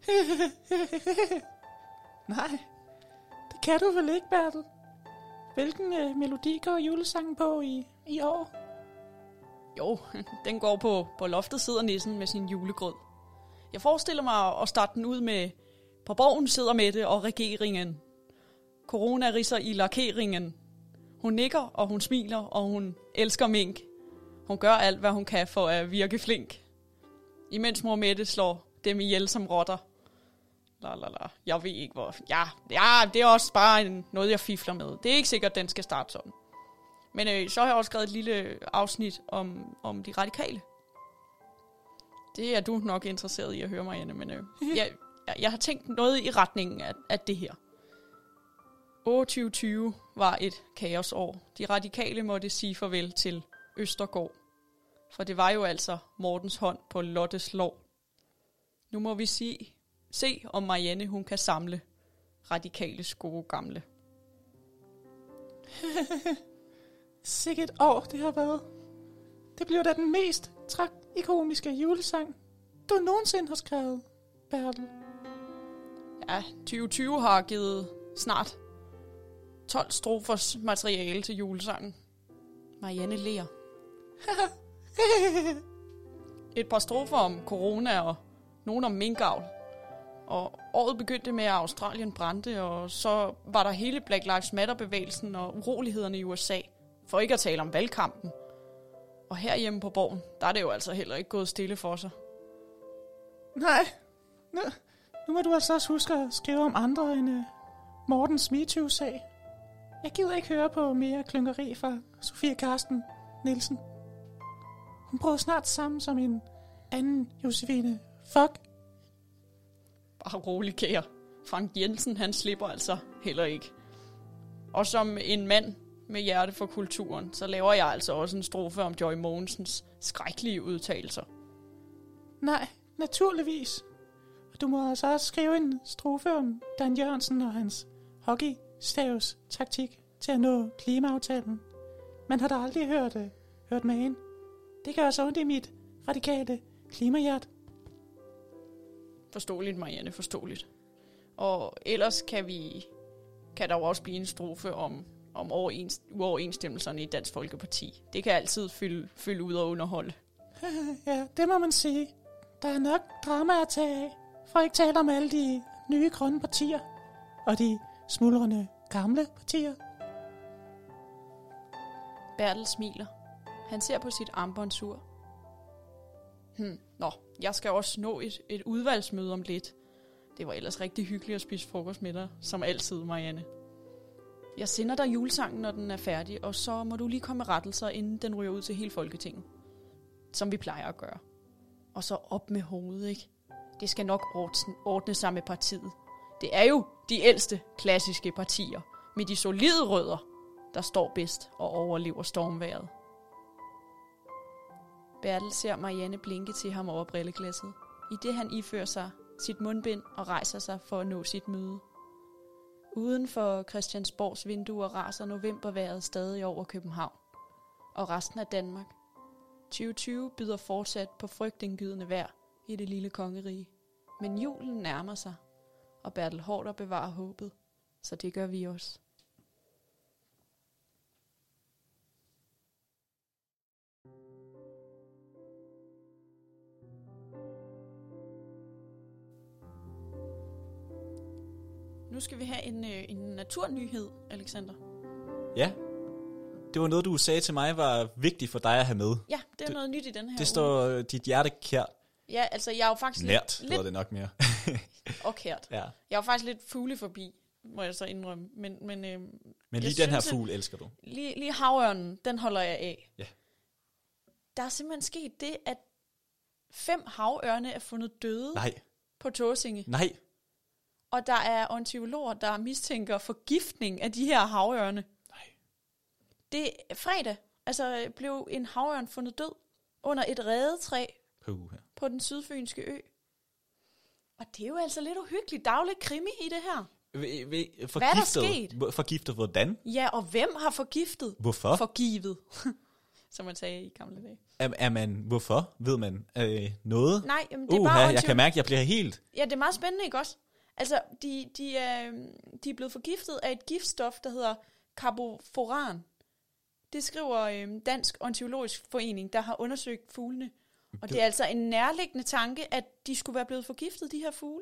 Nej, det kan du vel ikke, Bertel? Hvilken øh, melodi går julesangen på i, i år? Jo, den går på, på loftet sidder nissen med sin julegrød. Jeg forestiller mig at starte den ud med på borgen sidder Mette og regeringen. Corona ridser i lakeringen. Hun nikker, og hun smiler, og hun elsker mink. Hun gør alt, hvad hun kan for at virke flink. Imens mor Mette slår dem ihjel som rotter. La, la, la. Jeg ved ikke, hvor... Ja, ja, det er også bare en, noget, jeg fifler med. Det er ikke sikkert, at den skal starte sådan. Men øh, så har jeg også skrevet et lille afsnit om, om de radikale. Det er du nok interesseret i at høre, Marianne, men øh, jeg, jeg har tænkt noget i retningen af, af det her. tyve tyve var et kaosår. De radikale måtte sige farvel til Østergaard. For det var jo altså Mortens hånd på Lottes lår. Nu må vi sige, se, om Marianne hun kan samle radikale gode gamle. Sikkert et år, det har været. Det bliver da den mest tragikomiske julesang, du nogensinde har skrevet, Bertel. Ja, tyve tyve har givet snart tolv strofers materiale til julesangen. Marianne ler. Et par strofer om corona og nogle om minkavl. Og året begyndte med, at Australien brændte, og så var der hele Black Lives Matter-bevægelsen og urolighederne i U S A. For ikke at tale om valgkampen. Og herhjemme på Borgen, der er det jo altså heller ikke gået stille for sig. Nej, nu, nu må du altså også huske at skrive om andre end uh, Mortens MeToo-sag. Jeg gider ikke høre på mere klyngeri fra Sofie Karsten Nielsen. Hun brød snart sammen som en anden Josefine Fuck. Bare rolig, kære. Frank Jensen, han slipper altså heller ikke. Og som en mand med hjerte for kulturen, så laver jeg altså også en strofe om Joy Mogensens skrækkelige udtalelser. Nej, naturligvis. Og du må altså også skrive en strofe om Dan Jørgensen og hans hockeystavs taktik til at nå klimaaftalen. Man har da aldrig hørt, uh, hørt magen. Det gør så ondt i mit radikale klimahjert. Forståeligt, Marianne, forståeligt. Og ellers kan vi kan der jo også blive en strofe om, om uoverensstemmelserne i Dansk Folkeparti. Det kan altid fylde, fylde ud og underholde. Ja, det må man sige. Der er nok drama at tage af, for ikke tale om alle de nye grønne partier, og de smuldrende gamle partier. Bertel smiler. Han ser på sit armbåndsur. Hm, nå, jeg skal også nå et, et udvalgsmøde om lidt. Det var ellers rigtig hyggeligt at spise frokost med dig, som altid, Marianne. Jeg sender dig julesangen, når den er færdig, og så må du lige komme med rettelser, inden den ryger ud til hele Folketinget. Som vi plejer at gøre. Og så op med hovedet, ikke? Det skal nok ordne sig med partiet. Det er jo de ældste klassiske partier, med de solide rødder, der står bedst og overlever stormværet. Bertel ser Marianne blinke til ham over brilleglasset, i det han ifører sig sit mundbind og rejser sig for at nå sit møde. Uden for Christiansborgs vinduer raser novembervejret stadig over København og resten af Danmark. tyve tyve byder fortsat på frygtindgydende vejr i det lille kongerige. Men julen nærmer sig, og Bertel Haarder bevarer håbet, så det gør vi også. Nu skal vi have en, øh, en naturnyhed, Alexander. Ja, det var noget, du sagde til mig, var vigtigt for dig at have med. Ja, det er det, noget nyt i den her Det står øh, dit hjerte kært. Ja, altså jeg er jo faktisk Nært, lidt... lidt det nok mere. og kært. Ja. Jeg er jo faktisk lidt fugle forbi, må jeg så indrømme. Men, men, øh, men lige den her fugl elsker du. Lige, lige havørnen, den holder jeg af. Ja. Der er simpelthen sket det, at fem havørne er fundet døde Nej. på Tåsinge. Nej. Og der er ornitologer, der mistænker forgiftning af de her havørne. Nej. Det er fredag, altså blev en havørn fundet død under et redetræ Puh. på den sydfynske ø. Og det er jo altså lidt uhyggeligt. Der er jo lidt krimi i det her. Forgiftet. Hvad er der sket? Forgiftet hvordan? Ja, og hvem har forgiftet? Hvorfor? Forgivet, som man sagde i gamle dage. Er, er man, hvorfor? Ved man øh, noget? Nej, jamen, det er uh, bare... jeg kan mærke, at jeg bliver helt... Ja, det er meget spændende, ikke også? Altså, de, de, er, de er blevet forgiftet af et giftstof, der hedder carboforan. Det skriver øh, Dansk Ornitologisk Forening, der har undersøgt fuglene. Og det er altså en nærliggende tanke, at de skulle være blevet forgiftet, de her fugle.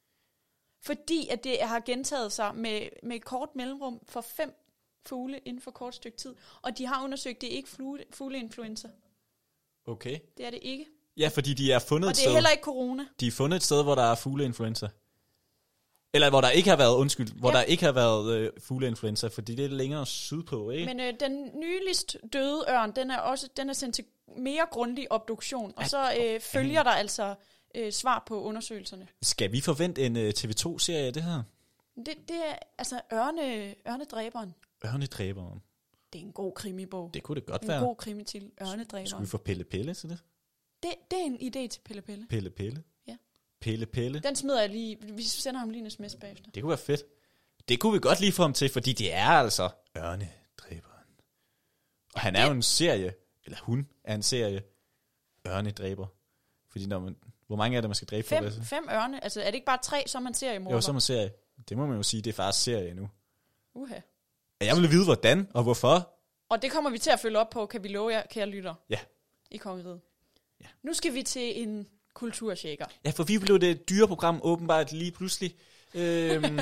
Fordi at det har gentaget sig med, med et kort mellemrum for fem fugle inden for kort stykke tid. Og de har undersøgt, det er ikke fugle, fugleinfluenza. Okay. Det er det ikke. Ja, fordi de er fundet og et det er sted... heller ikke corona. De er fundet et sted, hvor der er fugleinfluenza. Eller hvor der ikke har været, undskyld, hvor ja. der ikke har været øh, fugleinfluenza, fordi det er længere sydpå, ikke? Men øh, den nyligst døde ørn, den er også den er sendt til mere grundig obduktion, og så øh, følger der altså øh, svar på undersøgelserne. Skal vi forvente en øh, T V to-serie af det her? Det, det er altså ørne, Ørnedræberen. Ørnedræberen. Det er en god krimibog. Det kunne det godt en være. En god krimitil, Ørnedræberen. Skulle vi få Pelle Pelle til det? det? Det er en idé til Pelle Pelle. Pelle Pelle? Ja. Pelle Pelle? Den smider jeg lige, vi sender ham lige en sms bagefter. Det kunne være fedt. Det kunne vi godt lige få ham til, fordi det er altså Ørnedræberen. Og han er jo en serie, eller hun er en serie, Ørnedræber. Fordi når man, hvor mange er det, man skal dræbe fem, for? Fem ørne, altså er det ikke bare tre, som man ser i morgen? Jo, så man serie. Det må man jo sige, det er faktisk serie nu. Uha. Jeg vil vide, hvordan og hvorfor. Og det kommer vi til at følge op på, kan vi love jer, kære lytter. Ja. I kongeriget. Ja. Nu skal vi til en kulturshaker. Ja, for vi blev det dyreprogram åbenbart lige pludselig. Øhm,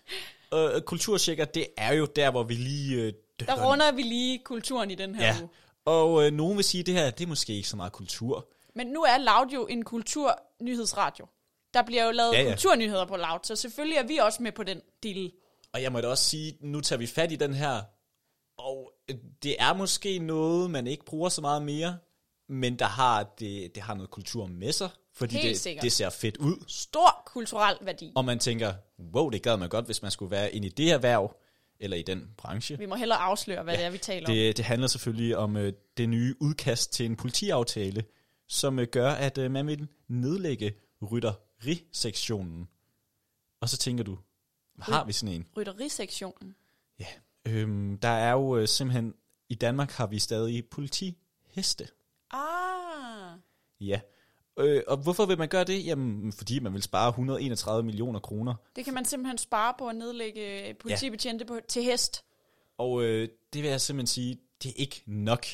og kulturshaker, det er jo der, hvor vi lige... Øh, der runder vi lige kulturen i den her ja. uge. Og øh, nogen vil sige, at det her, det er måske ikke så meget kultur. Men nu er Loud jo en kulturnyhedsradio. Der bliver jo lavet ja, ja. kulturnyheder på Loud, så selvfølgelig er vi også med på den deal. Og jeg må da også sige, nu tager vi fat i den her, og det er måske noget, man ikke bruger så meget mere, men der har det, det har noget kultur med sig, fordi det, det ser fedt ud. Stor kulturel værdi. Og man tænker, wow, det gad man godt, hvis man skulle være inde i det erhverv, eller i den branche. Vi må hellere afsløre, hvad ja, det er, vi taler det, om. Det handler selvfølgelig om øh, det nye udkast til en politiaftale, som øh, gør, at øh, man vil nedlægge rytterisektionen. Og så tænker du, har vi sådan en? Rytterisektionen? Ja, øhm, der er jo øh, simpelthen, i Danmark har vi stadig politiheste. Ah. Ja, øh, og hvorfor vil man gøre det? Jamen, fordi man vil spare et hundrede og enogtredive millioner kroner. Det kan man simpelthen spare på at nedlægge politibetjente ja. på, til hest. Og øh, det vil jeg simpelthen sige, det er ikke nok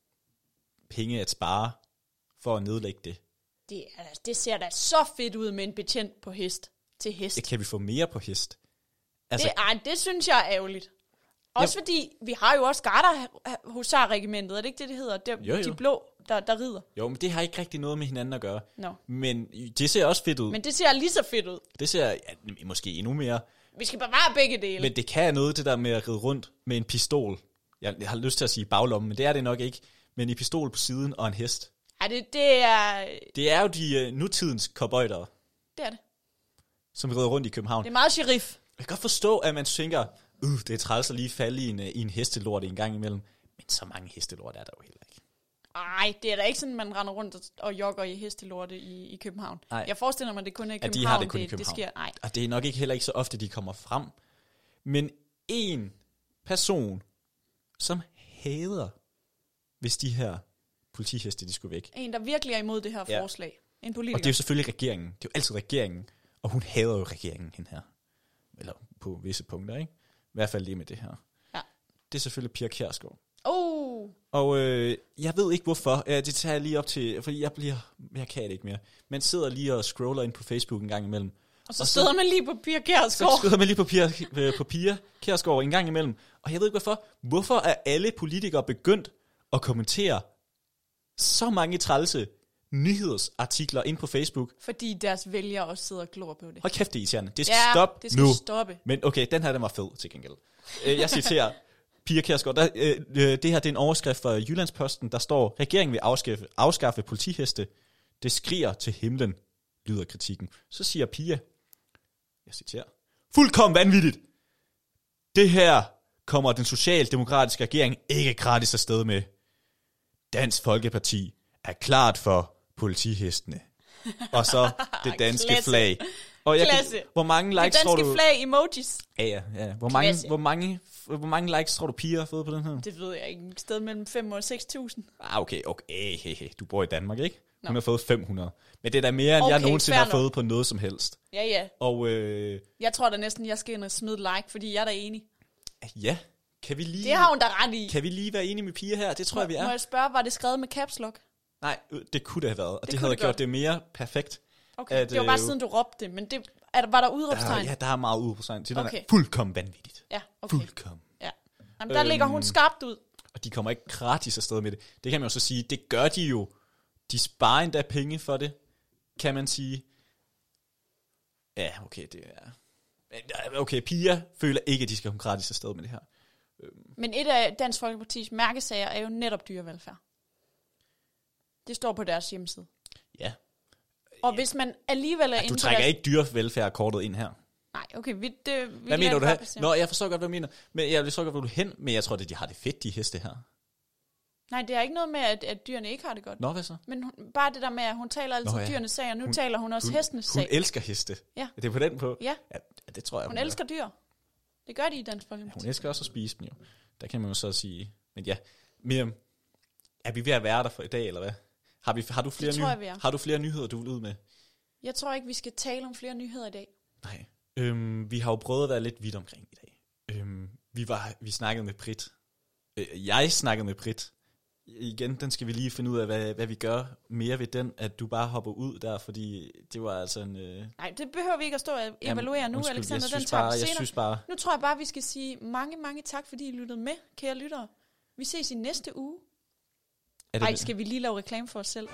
penge at spare for at nedlægge det. Det, det ser da så fedt ud med en betjent på hest til hest. Det kan vi få mere på hest. Altså, Det, ej, det synes jeg er ærgerligt. Også Ja. fordi, vi har jo også Garda-husarregimentet, er det ikke det, det hedder? Det, Jo, jo. De blå, der, der rider. jo, men det har ikke rigtig noget med hinanden at gøre. No. Men det ser også fedt ud. Men det ser lige så fedt ud. Det ser ja, måske endnu mere. Vi skal bevare begge dele. Men det kan noget, det der med at ride rundt med en pistol. Jeg har lyst til at sige baglommen, men det er det nok ikke. Men en pistol på siden og en hest. Ej, det, det er... Det er jo de uh, nutidens cowboytere, Det er det. som rider rundt i København. Det er meget sheriff. Jeg kan godt forstå, at man tænker, uh, det er træls at lige falde i en, i en hestelort en gang imellem. Men så mange hestelort er der jo heller ikke. Ej, det er da ikke sådan, man render rundt og, og jogger i hestelorte i, i København. Nej. Jeg forestiller mig, det kun er i Ja, København, de har det kun i det, det København. sker. Nej. Og det er nok ikke heller ikke så ofte, de kommer frem. Men en person, som hader, hvis de her politiheste, de skulle væk. En, der virkelig er imod det her Ja. forslag. En Og politiker. det er jo selvfølgelig regeringen. Det er jo altid regeringen. Og hun hader jo regeringen, hende her. Eller på visse punkter, ikke? I hvert fald lige med det her. Ja. Det er selvfølgelig Pia Kjærsgaard. Oh, Og øh, jeg ved ikke hvorfor. Ja, det tager jeg lige op til, fordi jeg bliver, jeg kan det ikke mere. Man sidder lige og scroller ind på Facebook en gang imellem. og så Og så- støder man lige på Pia Så Kjærsgaard. skrider man lige på Pia, øh, på Pia Kjærsgaard en gang imellem. Og jeg ved ikke hvorfor. Hvorfor er alle politikere begyndt at kommentere så mange trælse nyhedsartikler ind på Facebook? Fordi deres vælgere også sidder og glor på det. Hold kæft, det er irriterende. Det skal Ja, stoppe det skal nu. stoppe. Men okay, den her, den var fed til gengæld. Øh, Jeg citerer Pia Kjærsgaard. Der, øh, øh, det her det er en overskrift fra Jyllandsposten. Der står, regeringen vil afskaffe, afskaffe politiheste. Det skriger til himlen, lyder kritikken. Så siger Pia, jeg citerer, fuldkommen vanvittigt. Det her kommer den socialdemokratiske regering ikke gratis afsted med. Dansk Folkeparti er klart for politihestene. Og så det danske Klasse. flag. Og jeg Klasse. kan, hvor mange Det likes tror danske du... flag emojis. Ja, ja, ja. Hvor mange, Klasse. hvor, mange, hvor mange likes tror du, Pia har fået på den her? Det ved jeg ikke. Et sted mellem fem og seks tusind. Ah, okay, okay. Hey, hey. Du bor i Danmark, ikke? Hun Nå. har fået fem hundrede. Men det er da mere, end okay, jeg Okay, nogensinde fair har nok. fået på noget som helst. Ja, ja. Og øh, Jeg tror da næsten, jeg skal ind og smide et like, fordi jeg er da enig. ja, kan vi lige... Det har hun da ret i. Kan vi lige være enige med Pia her? Det tror jeg, vi Må er. jeg spørge, var det skrevet med caps lock? Nej, øh, det kunne det have været. Og det, Det det kunne havde det gjort godt. det mere perfekt. Okay, At, det var bare øh, siden du råbte det, men det, er der, var der udråbstegn? Ja, ja, der er meget udråbstegn til. Den Okay. er fuldkommen vanvittigt. Ja, okay. Fuldkommen. Ja. Jamen, der øhm, ligger hun skarpt ud. Og de kommer ikke gratis afsted med det. Det kan man jo så sige, det gør de jo. De sparer endda penge for det, kan man sige. Ja, okay, det er... Okay, Pia føler ikke, at de skal komme gratis afsted med det her. Men et af Dansk Folkepartis mærkesager er jo netop dyrevelfærd. Det står på deres hjemmeside. Ja. Og hvis man alligevel er Du inde på trækker deres... ikke dyrevelfærd-kortet ind her. Nej, okay, vi, det, vi Hvad mener du det her? Nå, jeg forstår godt, hvad du mener. Men jeg forstår godt, hvor du hen, men jeg tror, at de har det fedt, de heste her. Nej, det er ikke noget med, at, at dyrene ikke har det godt. Nå, hvad så? Men hun, bare det der med, at hun taler altid Nå, ja. dyrenes sag, og nu Hun- taler hun også Hun, hestenes hun sag. elsker heste. Ja. Det er på den på. Ja, Ja, det tror jeg. hun gør. elsker dyr. Det gør de i Dansk Ja, Folkeparti. hun elsker også at spise dem jo. Der kan man jo så sige. Men ja, Miriam, er vi ved at være der for i dag, eller hvad? Har, vi, har, du, flere tror jeg, vi er. har du flere nyheder, du vil ud med? Jeg tror ikke, vi skal tale om flere nyheder i dag. Nej. Øhm, vi har jo prøvet at være lidt vidt omkring i dag. Øhm, vi, var, vi snakkede med Britt. Øh, jeg snakkede med Britt. Igen, den skal vi lige finde ud af, hvad, hvad vi gør mere ved den, at du bare hopper ud der, fordi det var altså en... Øh, Nej, det behøver vi ikke at stå og evaluere nu, undskyld, Alexander. jeg Den synes tager bare, vi jeg senere. synes bare, Nu tror jeg bare, vi skal sige mange, mange tak, fordi I lyttede med, kære lyttere. Vi ses i næste uge. er Nej, skal vi lige lave reklame for os selv?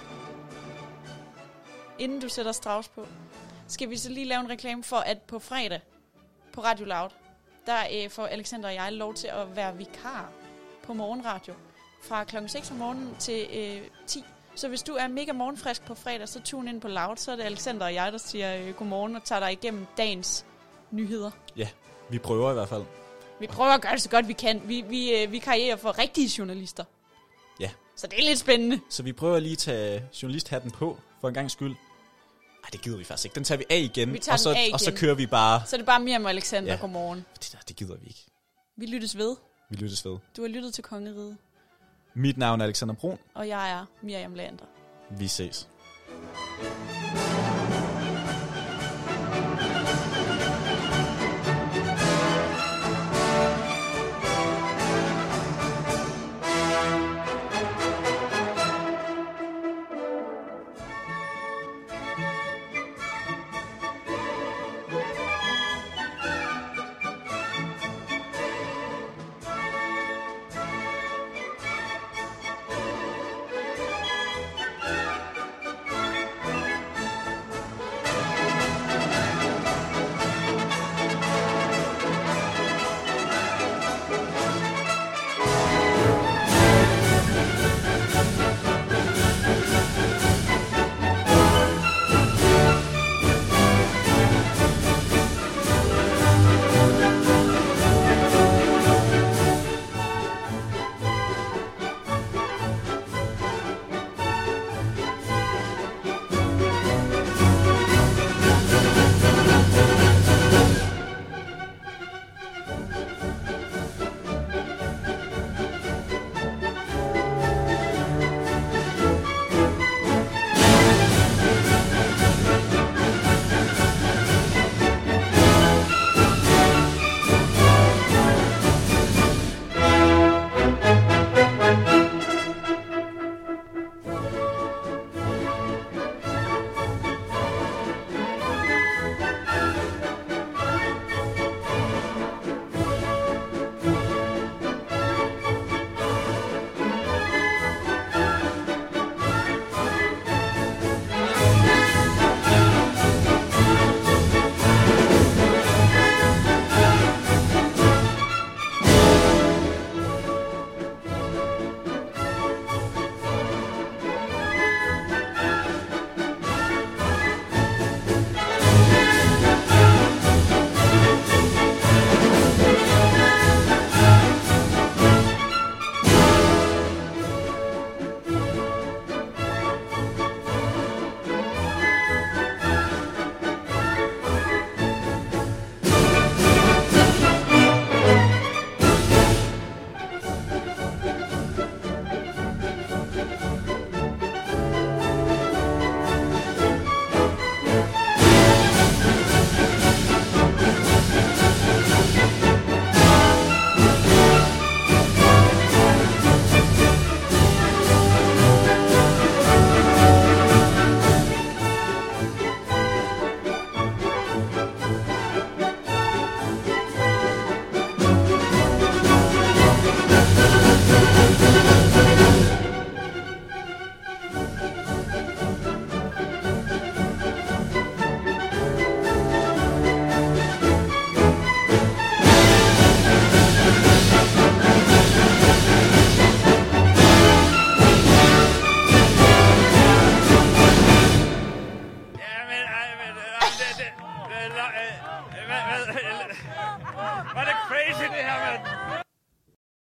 Inden du sætter Strauss på, skal vi så lige lave en reklame for, at på fredag på Radio Loud, der øh, får Alexander og jeg lov til at være vikar på morgenradio fra klokken seks om morgenen til øh, ti. Så hvis du er mega morgenfrisk på fredag, så tune ind på Loud, så er det Alexander og jeg, der siger øh, godmorgen og tager dig igennem dagens nyheder. Ja, vi prøver i hvert fald. Vi prøver at gøre det så godt vi kan. Vi, vi, øh, vi karrierer for rigtige journalister. Ja. Så det er lidt spændende. Så vi prøver lige at tage journalisthatten på, for en gang skyld. Nej, det gider vi faktisk ikke. Den tager vi af igen, Vi tager og, så, den af og så igen. kører vi bare... Så er det bare Miriam og Alexander, Ja. ja. Godmorgen. Det, der, det gider vi ikke. Vi lyttes ved. Vi lyttes ved. Du har lyttet til Kongeriget, Mit navn er Alexander Brun. og jeg er Miriam Lander. Vi ses. hvad, hvad, hvad, hvad, hvad er det crazy, det her, mand?